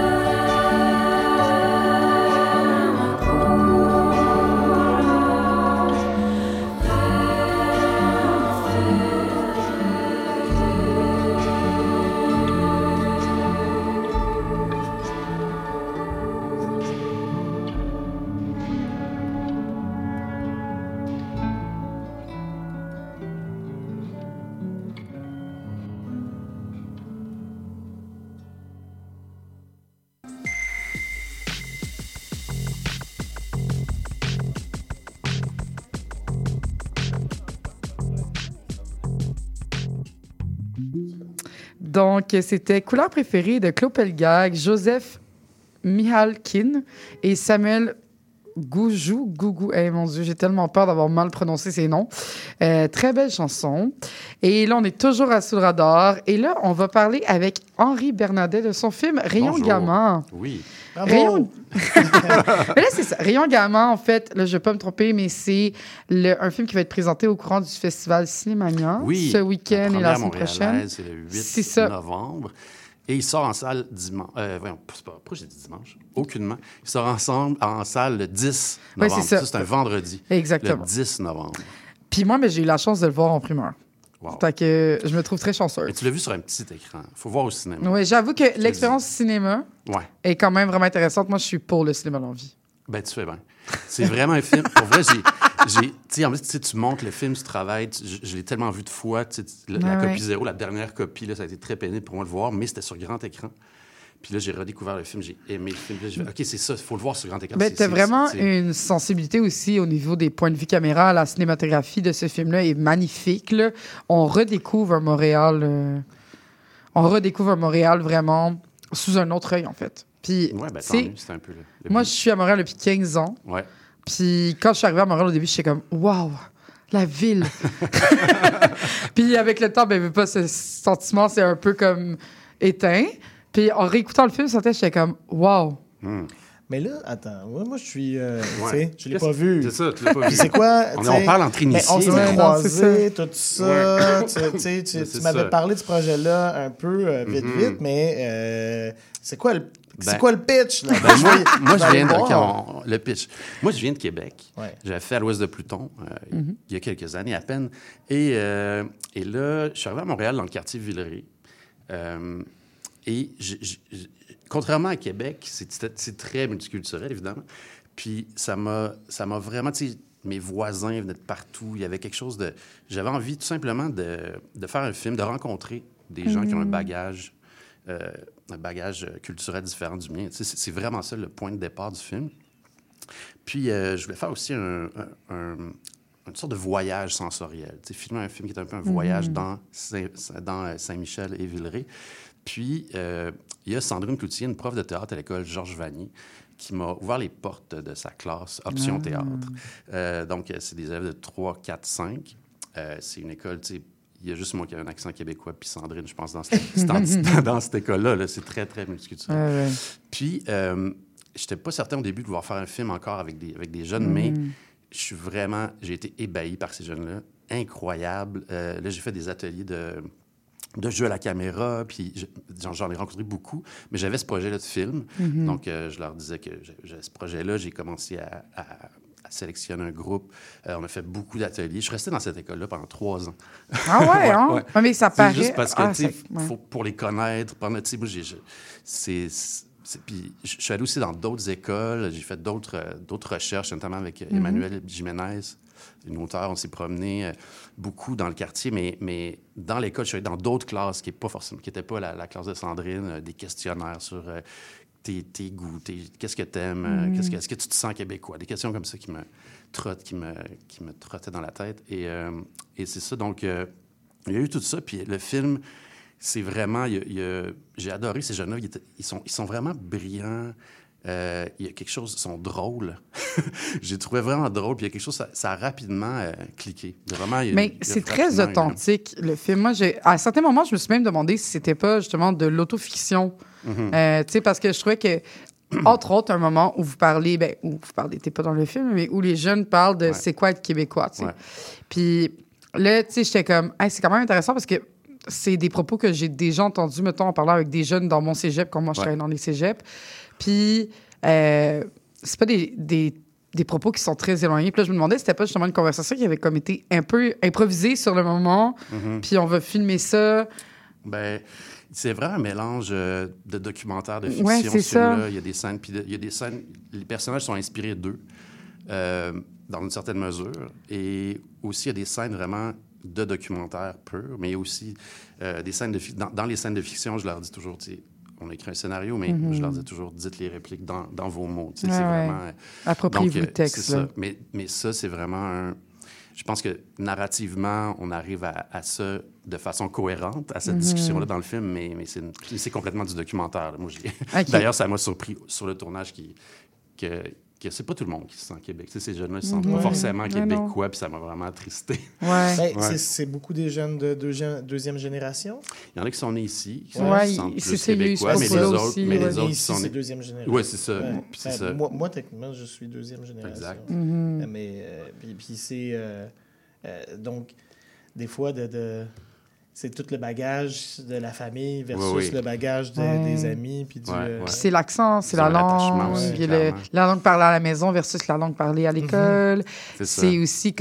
Donc, c'était Couleur préférée de Claude Pelgag, Joseph Mihalkin et Samuel Goujou. Gougou. Eh mon Dieu, j'ai tellement peur d'avoir mal prononcé ces noms. Euh, très belle chanson. Et là, on est toujours à Sous le radar. Et là, on va parler avec Henri Bernadet de son film Rayon Bonjour. Gamin. Oui. Rayon... Mais là, c'est ça. Rayon Gamin, en fait, là, je ne vais pas me tromper, mais c'est le, un film qui va être présenté au courant du festival Cinémania Oui. ce week-end La et la première semaine prochaine. montréalaise, c'est le huit novembre. Et il sort en salle dimanche. Euh, voyons, c'est pas, pourquoi j'ai dit dimanche? Aucunement. Il sort ensemble en salle le dix novembre. Ouais, c'est ça. ça, c'est un vendredi. Exactement. Le dix novembre. Puis moi, ben, j'ai eu la chance de le voir en primeur. Wow. Fait que je me trouve très chanceuse. Mais tu l'as vu sur un petit écran. Il faut voir au cinéma. Oui, j'avoue que l'expérience cinéma ouais. est quand même vraiment intéressante. Moi, je suis pour le cinéma dans la vie. Ben, tu fais bien. C'est vraiment un film. Pour vrai, j'ai. j'ai tu sais, en fait, tu montes le film, tu travailles. Tu, je, je l'ai tellement vu de fois. Tu sais, la, la ouais. copie zéro, la dernière copie, là, ça a été très pénible pour moi de le voir, mais c'était sur grand écran. Puis là, j'ai redécouvert le film, j'ai aimé le film. Là, j'ai fait, OK, c'est ça, il faut le voir sur grand écran. Ben, tu as vraiment c'est... une sensibilité aussi au niveau des points de vue caméra. La cinématographie de ce film-là est magnifique. Là. On redécouvre un Montréal. Euh... On redécouvre un Montréal vraiment sous un autre œil, en fait. Puis, ouais, ben, tant mieux, c'est un peu le, le moi, but. je suis à Montréal depuis quinze ans. Ouais. Puis quand je suis arrivée à Montréal au début, j'étais comme « Wow! La ville! » Puis avec le temps, ben, pas ce sentiment, c'est un peu comme éteint. Puis en réécoutant le film, j'étais comme « Wow! Mm. » Mais là, attends, moi, moi je suis. Euh, ouais. Tu sais, je l'ai pas vu. C'est ça, tu l'as pas vu. C'est quoi? On, on parle entre initiés. On s'est ouais. croisés, tout ça. Ouais. Tu, tu, tu, tu m'avais parlé de ce projet-là un peu euh, vite, mm-hmm. vite, mais euh, c'est quoi le. C'est ben, quoi le pitch? Là? Ben moi, moi je viens de... Okay, on, le pitch. Moi, je viens de Québec. Ouais. J'avais fait à l'Ouest de Pluton euh, mm-hmm. il y a quelques années à peine. Et, euh, et là, je suis arrivé à Montréal, dans le quartier Villeray. Euh, et je, je, je, contrairement à Québec, c'est, c'est très multiculturel, évidemment. Puis ça m'a, ça m'a vraiment... Tu sais, mes voisins venaient de partout. Il y avait quelque chose de... J'avais envie, tout simplement, de, de faire un film, de rencontrer des mm-hmm. gens qui ont un bagage... Euh, un bagage culturel différent du mien. Tu sais, c'est, c'est vraiment ça le point de départ du film. Puis, euh, je voulais faire aussi un, un, un, une sorte de voyage sensoriel. Tu sais, filmer un film qui est un peu un voyage mm-hmm. dans, Saint, dans Saint-Michel et Villeray. Puis, euh, il y a Sandrine Cloutier, une prof de théâtre à l'école Georges Vanier, qui m'a ouvert les portes de sa classe Option ah. Théâtre. Euh, donc, c'est des élèves de trois, quatre, cinq. Euh, c'est une école, tu sais, il y a juste moi qui ai un accent québécois, puis Sandrine, je pense, dans cette, dans, dans cette école-là. Là, c'est très, très multiculturel. Ah ouais. Puis, euh, je n'étais pas certain au début de vouloir faire un film encore avec des, avec des jeunes, mm. mais je suis vraiment... J'ai été ébahi par ces jeunes-là. Incroyable. Euh, là, j'ai fait des ateliers de, de jeu à la caméra, puis je, j'en, j'en ai rencontré beaucoup, mais j'avais ce projet-là de film. Mm-hmm. Donc, euh, je leur disais que j'avais ce projet-là. J'ai commencé à... à à sélectionner un groupe. Euh, on a fait beaucoup d'ateliers. Je suis resté dans cette école-là pendant trois ans. Ah ouais, ouais, hein? Ouais. Ouais, mais ça paraît... C'est juste parce que, ah, tu sais, ouais. faut, pour les connaître, pendant, tu sais, moi, j'ai... Je, c'est, c'est, puis je suis allé aussi dans d'autres écoles. J'ai fait d'autres, euh, d'autres recherches, notamment avec mm-hmm. Emmanuel Jiménez, une auteure. On s'est promené euh, beaucoup dans le quartier, mais, mais dans l'école, je suis allé dans d'autres classes qui n'étaient pas, qui étaient pas la, la classe de Sandrine, euh, des questionnaires sur... Euh, Tes, tes goûts, tes, qu'est-ce que t'aimes, mm. qu'est-ce que, est-ce que tu te sens québécois? Des questions comme ça qui me trottent, qui me, qui me trottaient dans la tête. Et, euh, et c'est ça, donc, euh, il y a eu tout ça. Puis le film, c'est vraiment... Il y a, il y a, j'ai adoré ces jeunes-là. Ils, étaient, ils, sont, ils sont vraiment brillants. Euh, il y a quelque chose... Ils sont drôles. J'ai trouvé vraiment drôle. Puis il y a quelque chose... Ça, ça a rapidement euh, cliqué. Vraiment, il y a, Mais il y a c'est très authentique, une... le film. Moi, j'ai, à certains moments, je me suis même demandé si c'était pas, justement, de l'autofiction. Mm-hmm. Euh, tu sais, parce que je trouvais que, entre autres, un moment où vous parlez, ben, où vous parlez, t'es pas dans le film, mais où les jeunes parlent de ouais. c'est quoi être québécois, tu sais. Ouais. Puis là, tu sais, j'étais comme, hey, c'est quand même intéressant parce que c'est des propos que j'ai déjà entendus, mettons, en parlant avec des jeunes dans mon cégep, quand moi, je travaillais ouais. dans les cégeps. Puis, euh, c'est pas des, des, des propos qui sont très éloignés. Puis là, je me demandais si c'était pas justement une conversation qui avait comme été un peu improvisée sur le moment, mm-hmm. puis on va filmer ça. Ben... C'est vraiment un mélange euh, de documentaire, de fiction. Ouais, c'est ça. Il y a des scènes, puis il y a des scènes... Les personnages sont inspirés d'eux, euh, dans une certaine mesure. Et aussi, il y a des scènes vraiment de documentaire pur, mais il y a aussi euh, des scènes de... Fi- dans, dans les scènes de fiction, je leur dis toujours, tu sais, on écrit un scénario, mais mm-hmm. je leur dis toujours, dites les répliques dans, dans vos mots. Tu sais, ouais, c'est ouais. vraiment... Appropriez-vous le texte. C'est ça. Mais, mais ça, c'est vraiment un... Je pense que narrativement, on arrive à, à ça de façon cohérente, à cette mm-hmm. discussion-là dans le film, mais, mais c'est, une, c'est complètement du documentaire. Là. Moi, j'ai... Okay. D'ailleurs, ça m'a surpris sur le tournage qui, que, que c'est pas tout le monde qui se sent Québec. Tu sais, ces jeunes-là, ils se sentent ouais. pas forcément ouais, québécois, puis ça m'a vraiment attristé. Ouais. Ben, ouais. c'est, c'est beaucoup des jeunes de deuxième, deuxième génération. Il y en a qui sont nés ici, qui ouais, se sentent il, plus c'est québécois, lui, mais les autres, aussi, mais ouais. les autres ici, sont nés... c'est deuxième génération. Oui, c'est ça. Ouais. Puis c'est ben, ça. Moi, moi, techniquement, je suis deuxième génération. Exact. Mm-hmm. Mais euh, puis, puis c'est... Euh, euh, donc, des fois, de... de c'est tout le bagage de la famille versus oui, oui. le bagage de, ouais. des amis. Puis, du, ouais, euh... ouais. puis c'est l'accent, c'est, c'est la langue. Aussi, puis le, la langue parlée à la maison versus la langue parlée à l'école. Mm-hmm. C'est, c'est aussi comme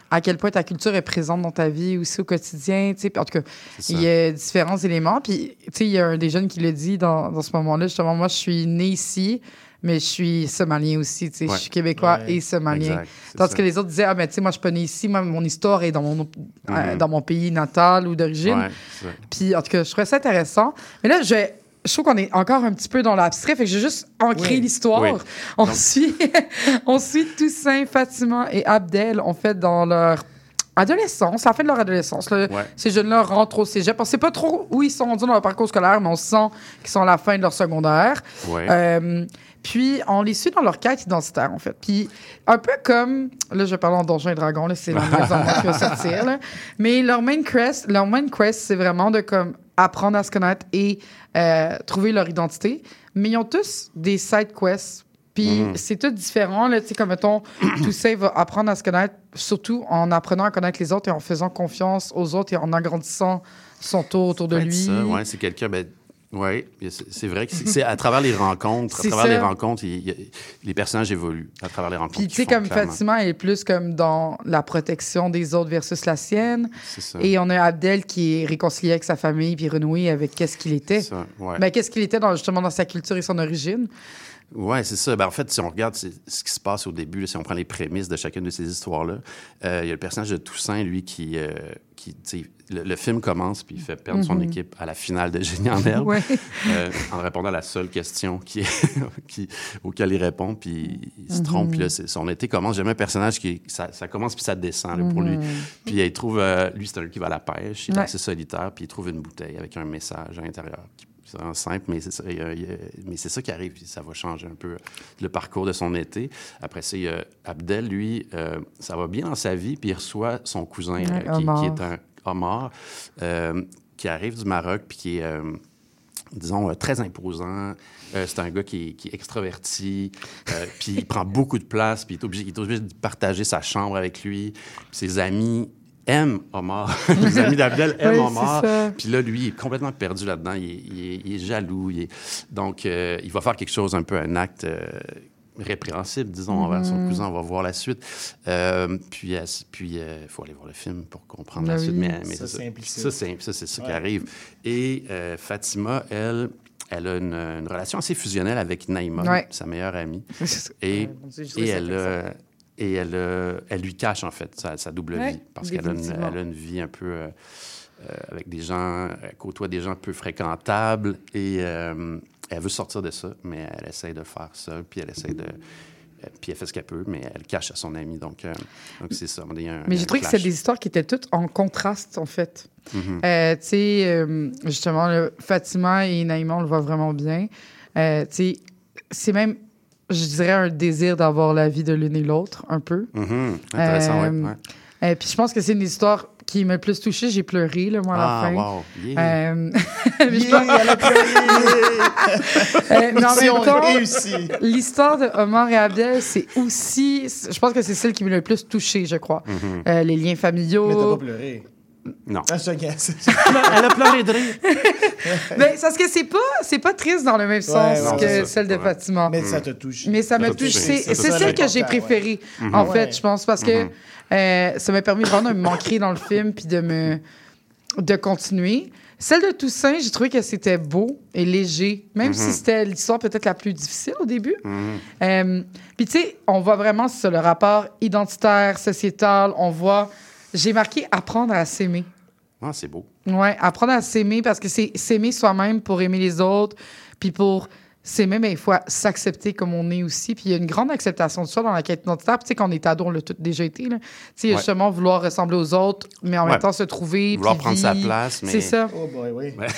à quel point ta culture est présente dans ta vie aussi au quotidien. Tu sais. En tout cas, il y a différents éléments. Puis, tu sais, il y a un des jeunes qui le dit dans, dans ce moment-là. Justement, moi, je suis né ici, mais je suis somalien aussi. Tu sais. Ouais. Je suis québécois ouais. et somalien. Exact, Tandis ça. que les autres disaient, ah, mais tu sais, moi, je suis pas né ici. Moi, mon histoire est dans mon, mm-hmm. euh, dans mon pays natal ou d'origine. Ouais, puis, en tout cas, je trouvais ça intéressant. Mais là, je vais... Je trouve qu'on est encore un petit peu dans l'abstrait, fait que j'ai juste ancré oui. l'histoire. Oui. On, Donc... suit, on suit Toussaint, Fatima et Abdel, en fait, dans leur adolescence, à la fin de leur adolescence. Là, ouais. Ces jeunes-là rentrent au cégep. On ne sait pas trop où ils sont rendus dans leur parcours scolaire, mais on sent qu'ils sont à la fin de leur secondaire. Ouais. Euh, puis, on les suit dans leur quête identitaire, en fait. Puis, un peu comme... Là, je vais parler en Donjons et Dragons, là, c'est l'environnement qui va sortir. Là. Mais leur main quest, leur main quest, c'est vraiment de comme apprendre à se connaître et euh, trouver leur identité. Mais ils ont tous des side quests. Puis mm. c'est tout différent. Là, tu sais, comme mettons, Toussaint va apprendre à se connaître, surtout en apprenant à connaître les autres et en faisant confiance aux autres et en agrandissant son tour autour de lui. Ça, ouais, c'est quelqu'un... Ben... Oui, c'est vrai que c'est à travers les rencontres, à travers ça. les rencontres, il, il, les personnages évoluent à travers les rencontres. Puis tu sais, comme clairement. Fatima est plus comme dans la protection des autres versus la sienne. C'est ça. Et on a Abdel qui est réconcilié avec sa famille puis renoué avec qu'est-ce qu'il était. Ça, ouais. Ben, qu'est-ce qu'il était dans, justement dans sa culture et son origine. Oui, c'est ça. Ben, en fait, si on regarde ce qui se passe au début, là, si on prend les prémices de chacune de ces histoires-là, euh, il y a le personnage de Toussaint, lui, qui... Euh, qui le, le film commence, puis il fait perdre mm-hmm. son équipe à la finale de Génie en herbe, ouais. euh, en répondant à la seule question qui est, qui, auquel il répond, puis il se mm-hmm. trompe, puis là, son été commence. J'aime un personnage qui... Ça, ça commence, puis ça descend, là, pour mm-hmm. lui. Puis il trouve... Euh, lui, c'est un qui va à la pêche, il est ouais. assez solitaire, puis il trouve une bouteille avec un message à l'intérieur qui C'est simple, mais c'est, ça, il y a, il y a, mais c'est ça qui arrive. Ça va changer un peu le parcours de son été. Après ça, il y a Abdel, lui, euh, ça va bien dans sa vie, puis il reçoit son cousin, ouais, euh, qui, qui est un homard, euh, qui arrive du Maroc, puis qui est, euh, disons, euh, très imposant. Euh, c'est un gars qui est, qui est extraverti, euh, puis il prend beaucoup de place, puis il est obligé, il est obligé de partager sa chambre avec lui. Puis ses amis aime Omar. Les amis d'Abdel aiment oui, Omar. Puis là, lui, il est complètement perdu là-dedans. Il est, il est, il est jaloux. Il est... Donc, euh, il va faire quelque chose, un peu un acte euh, répréhensible, disons, mm-hmm. envers son cousin. On va voir la suite. Euh, puis, il puis, euh, faut aller voir le film pour comprendre ben la oui. suite. Mais, mais ça, c'est implicite. Ça, c'est, ça, c'est ça ouais. qui arrive. Et euh, Fatima, elle... Elle a une, une relation assez fusionnelle avec Naïma, ouais. sa meilleure amie. Et, ouais, et elle a... Et elle, euh, elle lui cache, en fait, sa, sa double ouais, vie. Parce qu'elle a une, elle a une vie un peu... Euh, euh, avec des gens... Elle côtoie des gens peu fréquentables. Et euh, elle veut sortir de ça, mais elle essaie de faire ça. Puis elle essaie de... Euh, puis elle fait ce qu'elle peut, mais elle cache à son ami. Donc, euh, donc c'est ça. Il y a un, mais j'ai trouvé que c'est des histoires qui étaient toutes en contraste, en fait. Mm-hmm. Euh, tu sais, euh, justement, là, Fatima et Naïma, on le voit vraiment bien. Euh, tu sais, c'est même... Je dirais un désir d'avoir la vie de l'une et l'autre, un peu. Mm-hmm. Intéressant, euh, oui. Ouais. Euh, puis je pense que c'est une histoire qui m'a le plus touchée. J'ai pleuré, là, moi, à ah, la fin. Wow. Yeah. Euh... yeah, pense... elle a pleuré! euh, mais en même temps, réussi. L'histoire de Omar et Abdel, c'est aussi... Je pense que c'est celle qui m'a le plus touchée, je crois. Mm-hmm. Euh, les liens familiaux. Mais t'as pas pleuré. Non. Ah, je Elle a pleuré de rire. Mais c'est parce que c'est pas, c'est pas triste dans le même sens ouais, non, que celle de ouais. Fatima. Mais ça te touche. Mais ça m'a touché. C'est, c'est celle que j'ai préférée, ouais. en fait, ouais. je pense, parce que euh, ça m'a permis vraiment de me manquer dans le film puis de me de continuer. Celle de Toussaint, j'ai trouvé que c'était beau et léger, même mm-hmm. si c'était l'histoire peut-être la plus difficile au début. Mm-hmm. Euh, puis tu sais, on voit vraiment ça, le rapport identitaire, sociétal, on voit... J'ai marqué « apprendre à s'aimer ». Ah, c'est beau. Oui, apprendre à s'aimer parce que c'est s'aimer soi-même pour aimer les autres, puis pour s'aimer, mais il faut s'accepter comme on est aussi. Puis il y a une grande acceptation de soi dans la quête identitaire. Puis tu sais, quand on est ado, on l'a tout déjà été. Tu sais, ouais. justement, vouloir ressembler aux autres, mais en ouais. même temps se trouver. Vouloir puis prendre vivre. sa place. Mais... C'est ça. Oh boy, oui. Ouais.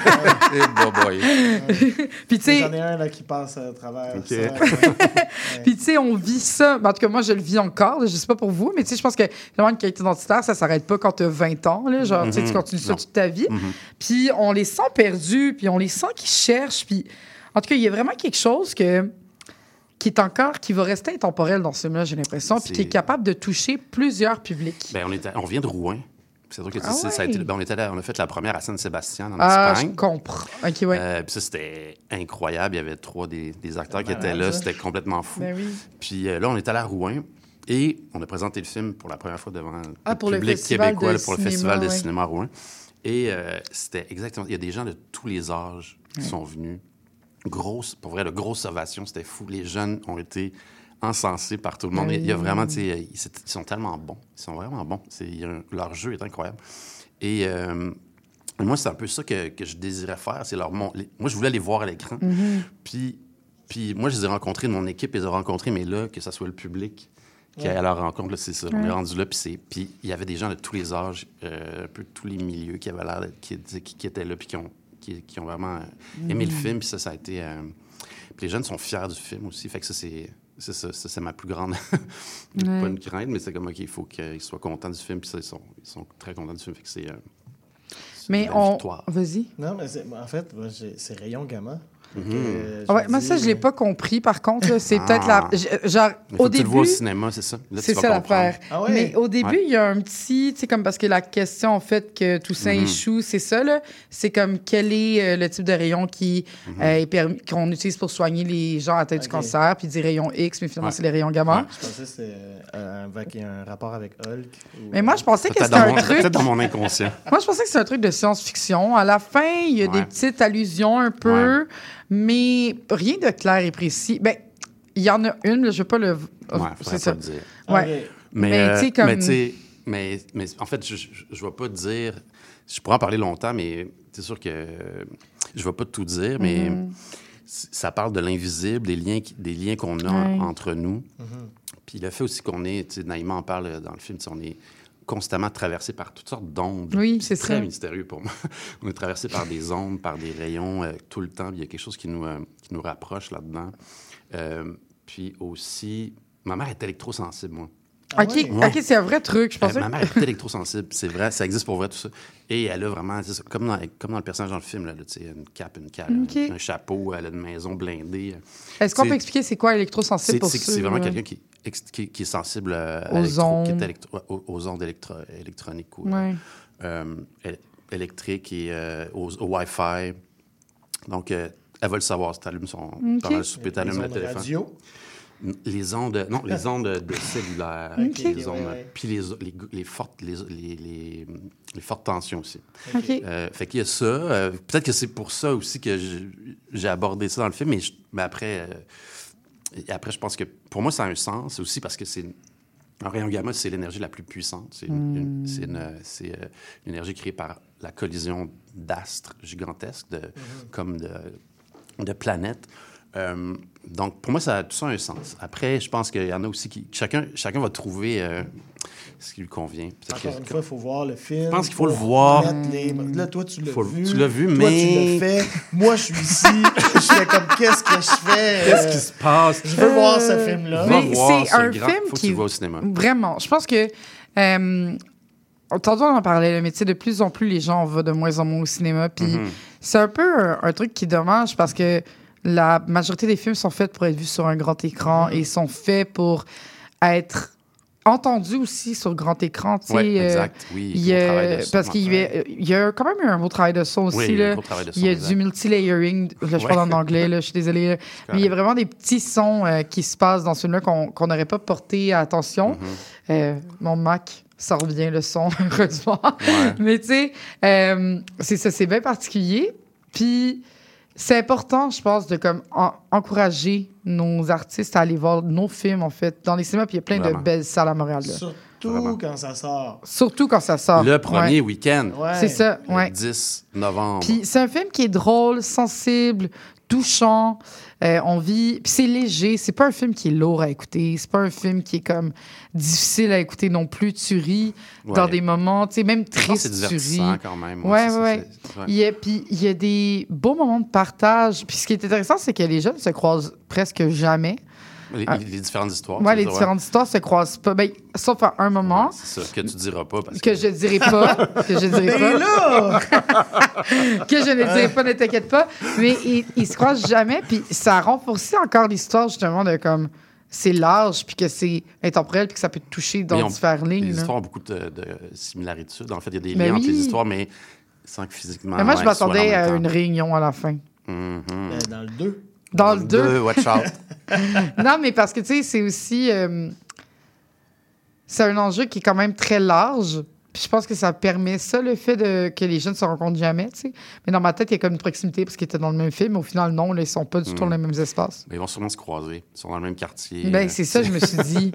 oh boy. Puis tu sais... J'en ai un là, qui passe à travers okay. ça. Ouais. Puis tu sais, on vit ça. En tout cas, moi, je le vis encore. Je sais pas pour vous, mais tu sais, je pense que vraiment une qualité identitaire, ça s'arrête pas quand tu as vingt ans. Là, genre, mm-hmm. tu sais, tu continues ça non. toute ta vie. Mm-hmm. Puis on les sent perdus, puis on les sent qui cherchent, puis... En tout cas, il y a vraiment quelque chose que, qui est encore, qui va rester intemporel dans ce film-là, j'ai l'impression, puis qui est capable de toucher plusieurs publics. Bien, on, est à, on vient de Rouen. C'est sûr que ah c'est, ouais. ça a été, ben on, était là, on a fait la première à Saint-Sébastien, en ah, Espagne. Je comprends. OK, ouais. Euh, puis ça, c'était incroyable. Il y avait trois des, des acteurs qui étaient là. Ça. C'était complètement fou. Ben oui. Puis euh, là, on est allé à Rouen. et on a présenté le film pour la première fois devant ah, le pour public le festival québécois, de pour le cinéma, Festival de ouais. cinéma à Rouen. Et euh, c'était exactement... Il y a des gens de tous les âges qui ouais. sont venus. Grosse, pour vrai, de grosses ovations, c'était fou. Les jeunes ont été encensés par tout le monde. Oui. Il y a vraiment, tu sais, ils, ils sont tellement bons. Ils sont vraiment bons. C'est, il y a un, leur jeu est incroyable. Et euh, moi, c'est un peu ça que, que je désirais faire. C'est leur mon... Moi, je voulais les voir à l'écran. Mm-hmm. Puis, puis moi, je les ai rencontrés, mon équipe les a rencontrés, mais là, que ce soit le public qui ouais. aille à leur rencontre, là, c'est ça. Ouais. On est rendu là, puis c'est... Puis il y avait des gens de tous les âges, euh, un peu de tous les milieux qui avaient l'air d'être... qui, qui, qui étaient là, puis qui ont, qui, qui ont vraiment euh, aimé mm-hmm. le film. Puis ça, ça a été... Euh... Puis les jeunes sont fiers du film aussi. Fait que ça, c'est... C'est ça, ça, c'est ma plus grande... ouais. Pas une crainte, mais c'est comme, OK, il faut qu'ils soient contents du film, puis ça, ils sont, ils sont très contents du film. Fait que c'est... Euh... Mais on... Vas-y. Non, mais c'est... en fait, moi, c'est Rayon Gamma. Mm-hmm. Ah ouais, moi, ça, je ne l'ai pas compris, par contre. Là, c'est ah. peut-être la... Genre, mais faut au que début... tu le vois au cinéma, c'est ça? Là, c'est ça l'affaire. Ah ouais. Mais au début, il ouais. y a un petit... Tu sais, comme parce que la question, en fait, que Toussaint mm-hmm. échoue, c'est ça, là. C'est comme quel est euh, le type de rayon qui mm-hmm. euh, est permis, qu'on utilise pour soigner les gens atteints okay. du cancer, puis il dit rayon X, mais finalement, ouais. c'est les rayons gamma. Ouais. Je pensais que c'était euh, avec un rapport avec Hulk. Ou... Mais moi, je pensais peut-être que c'était un mon, truc... Peut-être dans mon inconscient. Moi, je pensais que c'était un truc de science-fiction. À la fin, il y a ouais. des petites allusions un peu... Ouais. Mais rien de clair et précis. Ben, il y en a une, je ne vais pas le... Ouais, c'est ça. Pas le dire. Ouais. Okay. Mais, mais euh, tu sais, comme... Mais, t'sais, mais, mais en fait, je ne vais pas te dire... Je pourrais en parler longtemps, mais c'est sûr que je ne vais pas tout dire, mais mm-hmm. ça parle de l'invisible, des liens, des liens qu'on a ouais. entre nous. Mm-hmm. Puis le fait aussi qu'on est... Naïma en parle dans le film, on est... constamment traversé par toutes sortes d'ondes. Oui, c'est, c'est très ça. mystérieux pour moi. On est traversé par des ondes, par des rayons euh, tout le temps. Il y a quelque chose qui nous, euh, qui nous rapproche là-dedans. Euh, puis aussi, ma mère est électrosensible, moi. Ah, OK, ouais. OK, c'est un vrai truc, je pensais. Euh, ma mère est électrosensible, c'est vrai, ça existe pour vrai, tout ça. Et elle a vraiment, comme dans, comme dans le personnage dans le film, là, là, une cape, une cape, okay. un chapeau, elle a une maison blindée. Est-ce qu'on peut expliquer c'est quoi électrosensible pour c'est, ceux, c'est vraiment euh... quelqu'un qui, qui, qui est sensible à aux, électro, ondes. Qui est électro, aux, aux ondes électro, électroniques ou ouais. euh, électriques et euh, aux, au Wi-Fi. Donc, euh, elle va le savoir si tu allumes son... Okay. Pendant le souper, tu allumes le téléphone. Radio. Les ondes... Non, les ondes de, de cellulaire. Okay. Les ondes... Ouais, ouais. Puis les, les, les, fortes, les, les, les, les fortes tensions aussi. Okay. Euh, fait qu'il y a ça. Euh, peut-être que c'est pour ça aussi que j'ai, j'ai abordé ça dans le film, mais, je, mais après... Euh, après, je pense que pour moi, ça a un sens aussi parce que c'est... Un rayon gamma, c'est l'énergie la plus puissante. C'est, mm. une, c'est, une, c'est euh, une énergie créée par la collision d'astres gigantesques, de, mm-hmm. comme de, de planètes. Euh, donc, pour moi, ça a tout ça un sens. Après, je pense qu'il y en a aussi qui... Chacun, chacun va trouver euh, ce qui lui convient. Peut-être Encore que, une fois, il faut voir le film. Je pense qu'il faut le voir. Les... Là, toi, tu l'as faut, vu. Tu l'as vu, toi, mais... Toi, tu l'as fait. Moi, je suis ici. Je fais comme, qu'est-ce que je fais? Qu'est-ce qui se passe? Je veux euh... voir ce film-là. Mais voir c'est un grand... film faut qui... Que tu le vois au cinéma. Vraiment. Je pense que... Euh... Tantôt, on en parlait, mais tu sais, de plus en plus, les gens vont de moins en moins au cinéma. Puis mm-hmm. c'est un peu un, un truc qui est dommage parce que la majorité des films sont faits pour être vus sur un grand écran mm-hmm. et sont faits pour être entendus aussi sur grand écran. Tu sais, oui, exact. Euh, oui, il y a, parce qu'il y a, il y a quand même eu un beau travail de son aussi. Oui, là. Un travail de son, il y a exact. du multi-layering. Là, je ouais. parle en anglais, là, je suis désolée. Là. Mais il y a vraiment des petits sons euh, qui se passent dans ce film-là qu'on qu'on n'aurait pas porté attention. Mm-hmm. Euh, mon Mac... ça revient le son, heureusement. Ouais. Mais tu sais, euh, c'est ça, c'est bien particulier. Puis c'est important, je pense, de comme en- encourager nos artistes à aller voir nos films, en fait, dans les cinémas. Puis il y a plein Vraiment. de belles salles à Montréal. Là. Surtout Vraiment. quand ça sort. Surtout quand ça sort. Le premier ouais. week-end. Ouais. C'est ça, le ouais. dix novembre. Puis c'est un film qui est drôle, sensible, touchant. Euh, on vit... Puis c'est léger. C'est pas un film qui est lourd à écouter. C'est pas un film qui est comme difficile à écouter non plus. Tu ris ouais. dans des moments, tu sais, même tristes, c'est tu ris. quand même. Ouais, ouais, ouais. Il y a, puis il y a des beaux moments de partage. Puis ce qui est intéressant, c'est que les jeunes se croisent presque jamais. Les, ah. les différentes histoires. Ouais, les différentes ouais. histoires se croisent pas. Ben, sauf à un moment. Ouais, c'est ça, que tu diras pas. Parce que... que je dirai pas. que je dirai pas. là! que je ne dirai pas, ne t'inquiète pas. Mais ils, ils se croisent jamais. Puis ça renforce encore l'histoire, justement, de comme. C'est large, puis que c'est intemporel, puis que ça peut te toucher dans différentes lignes. Les là. histoires ont beaucoup de, de similarités. En fait, il y a des ben liens oui. entre les histoires, mais sans que physiquement. Mais moi, ouais, je m'attendais à temps. une réunion à la fin. Mm-hmm. Euh, dans le deux. Dans, dans le deux. watch out. Non, mais parce que, tu sais, c'est aussi... Euh, c'est un enjeu qui est quand même très large. Puis je pense que ça permet ça, le fait de, que les jeunes se rencontrent jamais, tu sais. Mais dans ma tête, il y a comme une proximité parce qu'ils étaient dans le même film. Au final, non, là, ils sont pas du tout dans les mêmes espaces. Mais ils vont sûrement se croiser. Ils sont dans le même quartier. Ben, c'est ça, je me suis dit.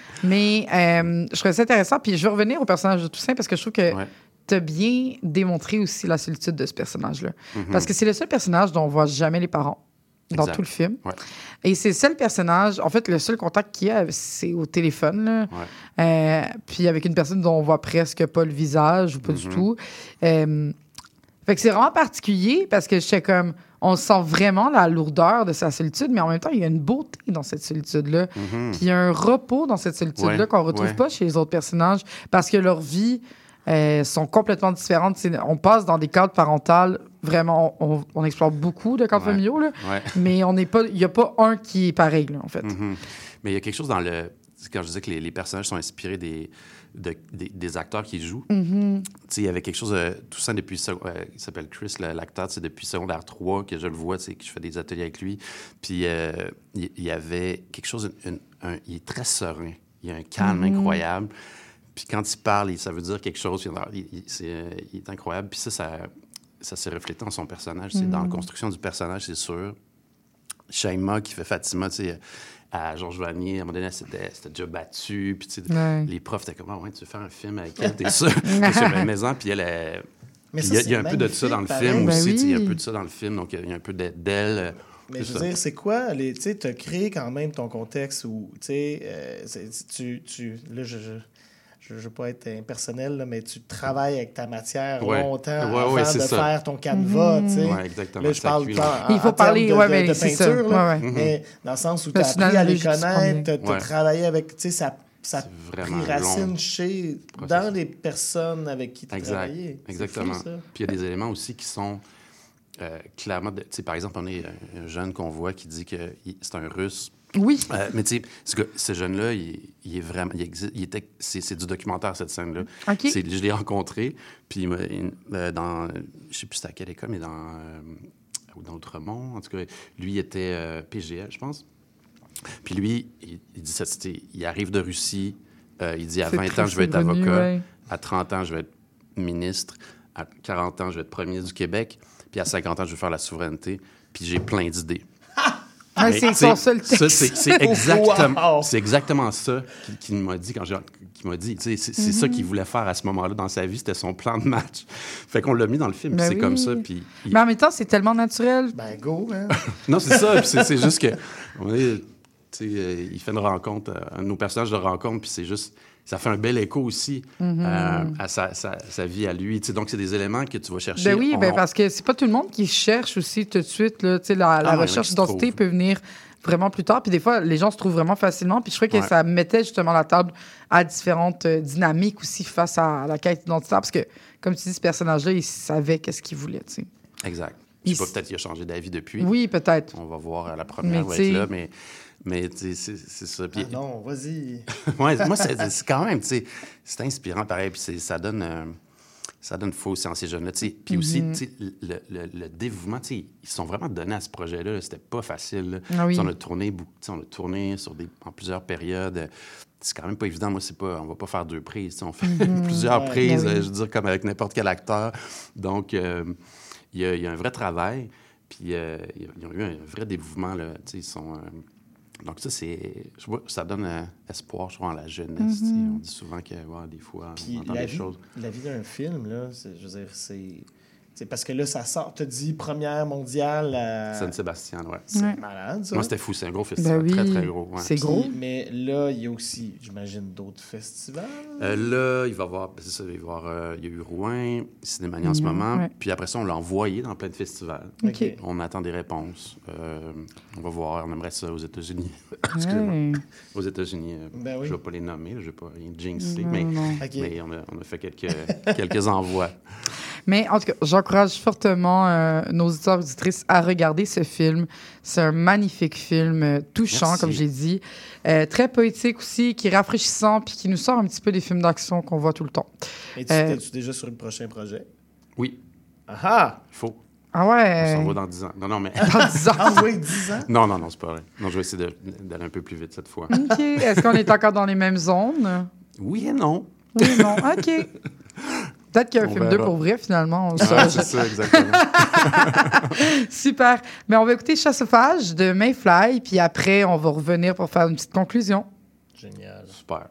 Mais euh, je trouvais ça intéressant. Puis je veux revenir au personnage de Toussaint parce que je trouve que ouais. tu as bien démontré aussi la solitude de ce personnage-là. Mm-hmm. Parce que c'est le seul personnage dont on voit jamais les parents. Dans exact. Tout le film. Ouais. Et c'est le seul personnage, en fait, le seul contact qu'il y a, c'est au téléphone. Là. Ouais. Euh, puis avec une personne dont on voit presque pas le visage ou pas mm-hmm. du tout. Euh, fait que c'est vraiment particulier parce que j'étais comme, on sent vraiment la lourdeur de sa solitude, mais en même temps, il y a une beauté dans cette solitude-là. Mm-hmm. Puis il y a un repos dans cette solitude-là ouais. qu'on retrouve ouais. pas chez les autres personnages parce que leur vie euh, sont complètement différentes. C'est, on passe dans des cadres parentales. Vraiment, on, on explore beaucoup de cadres ouais. familiaux, là, ouais. mais on n'est pas, il n'y a pas un qui est pareil, là, en fait. Mm-hmm. Mais il y a quelque chose dans le... Quand je disais que les, les personnages sont inspirés des, de, des, des acteurs qui jouent, mm-hmm. il y avait quelque chose... De, tout ça depuis... Euh, il s'appelle Chris, le, l'acteur, c'est depuis secondaire trois que je le vois, que je fais des ateliers avec lui. Puis euh, il, il y avait quelque chose... Une, un, il est très serein. Il a un calme mm-hmm. incroyable. Puis quand il parle, il, ça veut dire quelque chose. Il, il, c'est, il est incroyable. Puis ça, ça... Ça s'est reflété dans son personnage. C'est mm. Dans la construction du personnage, c'est sûr. Shaima, qui fait Fatima, tu sais, à Georges Vanier, à un moment donné, c'était, c'était déjà battu. Puis, tu sais, ouais. les profs étaient comme, ah, ouais, tu veux faire un film avec elle, t'es sûr? Sur la maison, puis elle est. Mais ça, il y a, y a un peu de ça dans le film ben aussi. Oui. Il y a un peu de ça dans le film, donc il y a un peu d'elle. Mais je veux ça. dire, c'est quoi? Tu sais, tu as créé quand même ton contexte où, tu sais, euh, tu, tu. Là, je. je... Je ne veux pas être impersonnel, là, mais tu travailles avec ta matière ouais. longtemps ouais, avant ouais, de ça. faire ton canevas. Mm-hmm. Tu sais. Ouais, exactement. Là, je parle cuit, pas en, Il faut en parler de, ouais, de, mais de c'est peinture, ça. là, ouais, ouais. mais dans le sens où tu as appris à les connaître, tu as ouais. travaillé avec... Tu sais, ça, ça a pris racine chez, processus. Dans les personnes avec qui tu exact. Travaillais. Exactement. Fou, puis il y a des éléments aussi qui sont euh, clairement... Tu sais, par exemple, on est un jeune qu'on voit qui dit que c'est un Russe. Oui. Euh, mais tu sais, ce, ce jeune-là, il, il est vraiment... Il existe, il était, c'est, c'est du documentaire, cette scène-là. OK. C'est, je l'ai rencontré, puis il, il, euh, dans... Je sais plus c'était à quelle école, mais dans... Euh, dans Outremont, en tout cas. Lui, il était euh, P G L, je pense. Puis lui, il, il dit ça, c'était... Il arrive de Russie. Euh, il dit, à c'est vingt ans, je vais être avocat. Ouais. À trente ans, je vais être ministre. À quarante ans, je vais être premier ministre du Québec. Puis à cinquante ans, je vais faire la souveraineté. Puis j'ai plein d'idées. Ah, mais, c'est son seul texte. Ça, c'est, c'est, exactement, wow. c'est exactement ça qu'il, qu'il m'a dit quand j'ai, qu'il m'a dit. C'est, c'est mm-hmm. ça qu'il voulait faire à ce moment-là dans sa vie. C'était son plan de match. Fait qu'on l'a mis dans le film. Ben c'est oui. comme ça. Puis il... Mais en même temps, c'est tellement naturel. Ben go, hein? Non, c'est ça. C'est, c'est juste que... On est, euh, il fait une rencontre, un de nos personnages de rencontre, puis c'est juste... Ça fait un bel écho aussi mm-hmm. euh, à sa, sa, sa vie à lui. T'sais, donc, c'est des éléments que tu vas chercher. Ben oui, on, ben on... parce que c'est pas tout le monde qui cherche aussi tout de suite. Là, la la ah, recherche d'identité peut venir vraiment plus tard. Puis des fois, les gens se trouvent vraiment facilement. Puis je crois que ouais. ça mettait justement la table à différentes euh, dynamiques aussi face à la quête identitaire. Parce que, comme tu dis, ce personnage-là, il savait qu'est-ce qu'il voulait. T'sais. Exact. Je sais pas, peut-être qu'il a changé d'avis depuis. Oui, peut-être. On va voir à la première, mais va être là, mais... Mais c'est, c'est ça. Puis, ah non, vas-y. ouais, moi, c'est, c'est quand même, tu sais, c'est inspirant pareil. Puis c'est, ça donne, euh, ça donne foi aussi en ces jeunes-là. Tu sais. Puis mm-hmm. aussi, tu sais, le, le, le dévouement, tu sais, ils se sont vraiment donnés à ce projet-là. Là. C'était pas facile. Ah oui. On a tourné, on a tourné sur des, en plusieurs périodes. C'est quand même pas évident. Moi, c'est pas, on va pas faire deux prises. On fait mm-hmm. plusieurs ouais, prises, oui. je veux dire, comme avec n'importe quel acteur. Donc, il euh, y, y a un vrai travail. Puis euh, ils ont eu un vrai dévouement. Là. Tu sais, ils sont... Euh, Donc ça, c'est, je vois, ça donne euh, espoir, je crois, en la jeunesse. Mm-hmm. On dit souvent que ouais, des fois, puis on entend la des vie, choses. La vie d'un film, là, c'est, je veux dire, c'est... C'est parce que là, ça sort, tu dis première mondiale à... Saint-Sébastien, ouais. C'est ouais. malade, ça. Moi, c'était fou. C'est un gros festival. Ben oui, très, très gros. Ouais. C'est gros. Puis, mais là, il y a aussi, j'imagine, d'autres festivals. Euh, là, il va y avoir... C'est ça, il va y avoir... Euh, il y a eu Rouen, Cinémanie mmh, en ce moment. Ouais. Puis après ça, on l'a envoyé dans plein de festivals. Okay. On attend des réponses. Euh, on va voir. On aimerait ça aux États-Unis. Excusez-moi. Ouais. Aux États-Unis. Euh, ben oui. Je ne vais pas les nommer. Je ne vais pas rien jinxer. Non, mais non. Okay. mais on, a, on a fait quelques, quelques envois. Mais en tout cas, j'encourage fortement euh, nos auditeurs et auditrices à regarder ce film. C'est un magnifique film, euh, touchant, Merci. Comme j'ai dit. Euh, très poétique aussi, qui est rafraîchissant, puis qui nous sort un petit peu des films d'action qu'on voit tout le temps. Et tu euh, es-tu déjà sur le prochain projet? Oui. Ah ah! Il faut. Ah ouais? On s'en va dans dix ans. Non, non, mais... Dans dix ans? Ah oui, dix ans? Non, non, non, c'est pas vrai. Non, je vais essayer de, d'aller un peu plus vite cette fois. OK. Est-ce qu'on est encore dans les mêmes zones? Oui et non. Oui et non, OK. Peut-être qu'il y a un On film verra. deux pour vrai, finalement. On Ah, saura. c'est ça, exactement. Super. Mais on va écouter Chassophage de Mayfly, puis après, on va revenir pour faire une petite conclusion. Génial. Super.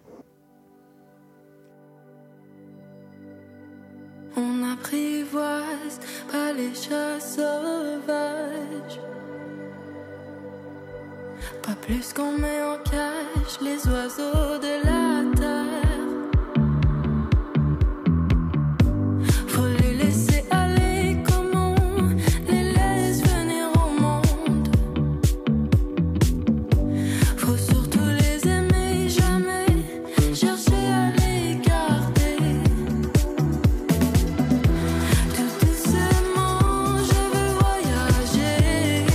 On n'apprivoise pas les chats sauvages. Pas plus qu'on met en cage les oiseaux de la terre. Faut les laisser aller comme on les laisse venir au monde. Faut surtout les aimer, jamais chercher à les garder. Tout doucement, je veux voyager.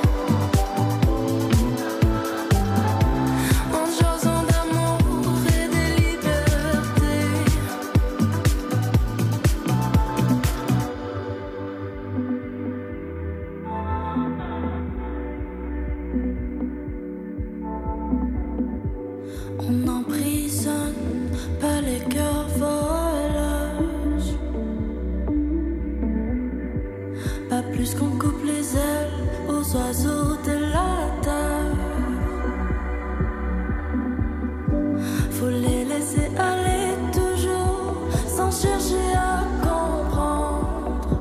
En jasant d'amour et de liberté. On n'emprisonne pas les cœurs voyages. Pas plus qu'on coupe les ailes aux oiseaux de la terre. Faut les laisser aller toujours sans chercher à comprendre.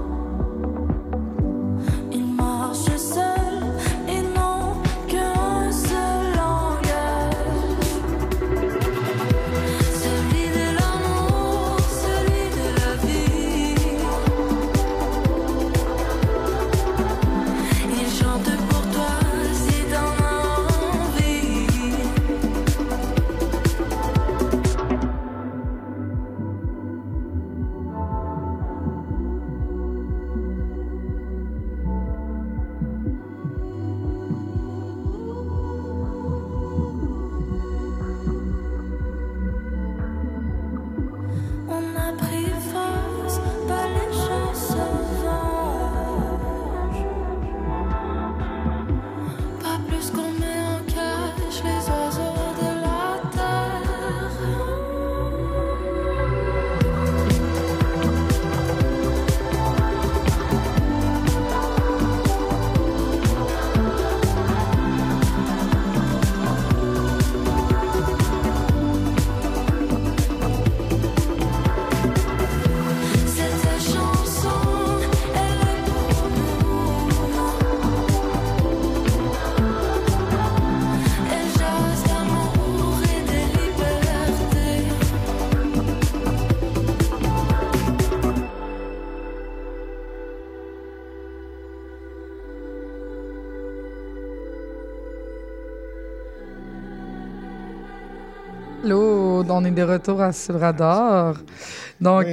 Ils marchent seuls et n'ont qu'un seul langage. Celui de l'amour, celui de la vie. Ils chantent pour toi si t'en as envie. On n'apprivoise pas les chats sauvages. Pas plus qu'on met en cage les oiseaux de la terre. Cette chanson, elle est pour nous. Elle jase d'amour et de liberté. Hello, on est de retour à Sur le radar. Donc,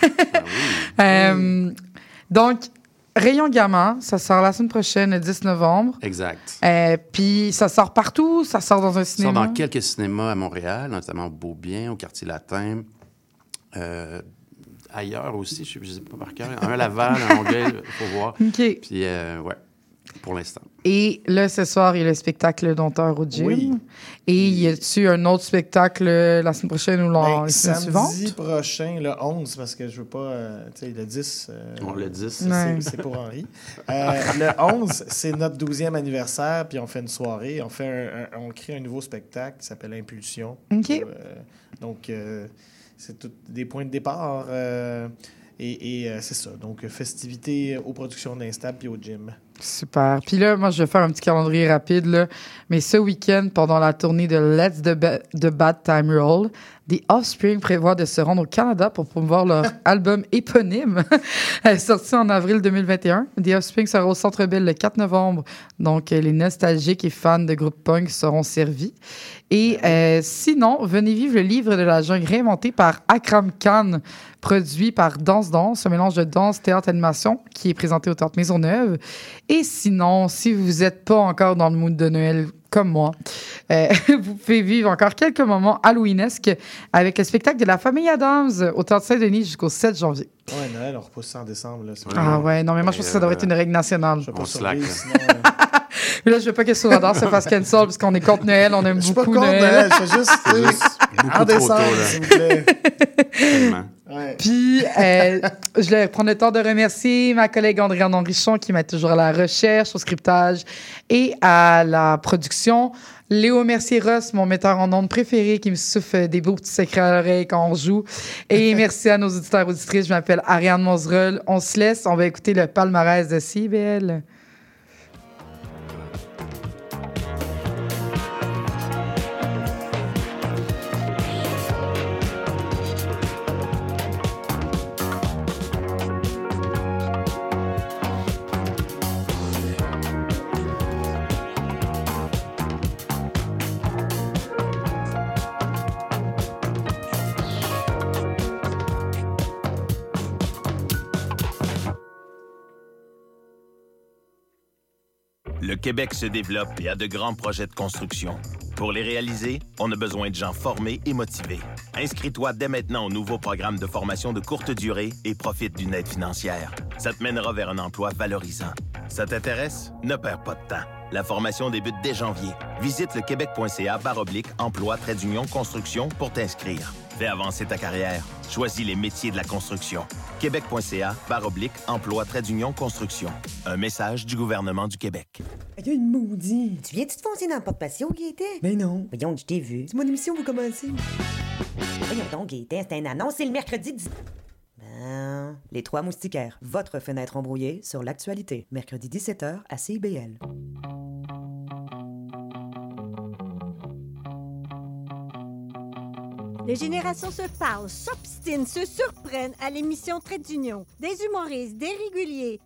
euh, donc, Rayon Gamin, ça sort la semaine prochaine, le dix novembre. Exact. Euh, Puis ça sort partout, ça sort dans un Ça cinéma. sort dans quelques cinémas à Montréal, notamment au Beaubien, au Quartier Latin. Euh, ailleurs aussi, je ne sais pas par cœur. Un à Laval, un à Longueuil, il faut voir. OK. Puis, euh, ouais, pour l'instant. Et là, ce soir, il y a le spectacle Dompteur au gym. Oui. Et y a-tu un autre spectacle la semaine prochaine ou la Ben, la semaine suivante? samedi prochain, le onze, parce que je veux pas... euh, tu sais, le dix... euh, Bon, le dix. c'est- Ouais. C'est pour Henri. Euh, le onze, c'est notre douzième anniversaire, puis on fait une soirée. On, fait un- un- on crée un nouveau spectacle qui s'appelle Impulsion. OK. Euh, donc, euh, c'est tout des points de départ. euh, et et, euh, c'est ça. Donc, festivités aux productions d'Instable puis au gym. Super. Puis là, moi, je vais faire un petit calendrier rapide, là. Mais ce week-end, pendant la tournée de Let's the, Ba- the Bad Time Roll, The Offspring prévoit de se rendre au Canada pour promouvoir leur album éponyme, sorti en avril deux mille vingt et un. The Offspring sera au Centre Bell le quatre novembre. Donc, euh, les nostalgiques et fans de groupes punk seront servis. Et euh, sinon, venez vivre le livre de la jungle réinventé par Akram Khan, produit par Danse Danse, un mélange de danse, théâtre, animation, qui est présenté au Théâtre Maisonneuve. Et sinon, si vous n'êtes pas encore dans le mood de Noël comme moi, euh, vous pouvez vivre encore quelques moments halloweenesques avec le spectacle de la famille Adams au Théâtre Saint-Denis jusqu'au sept janvier. Ouais, Noël, on repousse ça en décembre. Là, c'est Ah ouais, non, mais moi, je pense que ça devrait être une règle nationale. Je sais pas On sur slack. lui, sinon, euh, Mais là, je veux pas que sur radar se fasse cancel parce qu'on est contre Noël, on aime Je suis pas beaucoup contre Noël. Noël, je fais juste... C'est juste Beaucoup trop tôt, là. S'il vous plaît. Tellement. Ouais. Puis, euh, je vais prendre le temps de remercier ma collègue Andréane Henrichon qui m'aide toujours à la recherche, au scriptage et à la production. Léo Mercier-Ross, mon metteur en ondes préféré, qui me souffle des beaux petits secrets à l'oreille quand on joue. Et merci à nos auditeurs et auditrices. Je m'appelle Ariane Monzerol. On se laisse. On va écouter le palmarès de C I B L. Le Québec se développe et a de grands projets de construction. Pour les réaliser, on a besoin de gens formés et motivés. Inscris-toi dès maintenant au nouveau programme de formation de courte durée et profite d'une aide financière. Ça te mènera vers un emploi valorisant. Ça t'intéresse? Ne perds pas de temps. La formation débute dès janvier. Visite le québec.ca barre oblique emploi trait d'union construction pour t'inscrire. Fais avancer ta carrière. Choisis les métiers de la construction. Québec.ca barre oblique emploi trait d'union construction. Un message du gouvernement du Québec. Il y a une maudite. Tu viens-tu te foncer dans le porte-patio, Gaëtan? Mais non. Voyons, je t'ai vu. C'est mon émission, vous commencez. Voyons donc, Gaëtan, c'est une annonce, c'est le mercredi dix... Ben... Les Trois Moustiquaires, votre fenêtre embrouillée sur l'actualité. Mercredi dix-sept heures à C I B L. Les générations se parlent, s'obstinent, se surprennent à l'émission Trait d'Union. Des humoristes, des réguliers,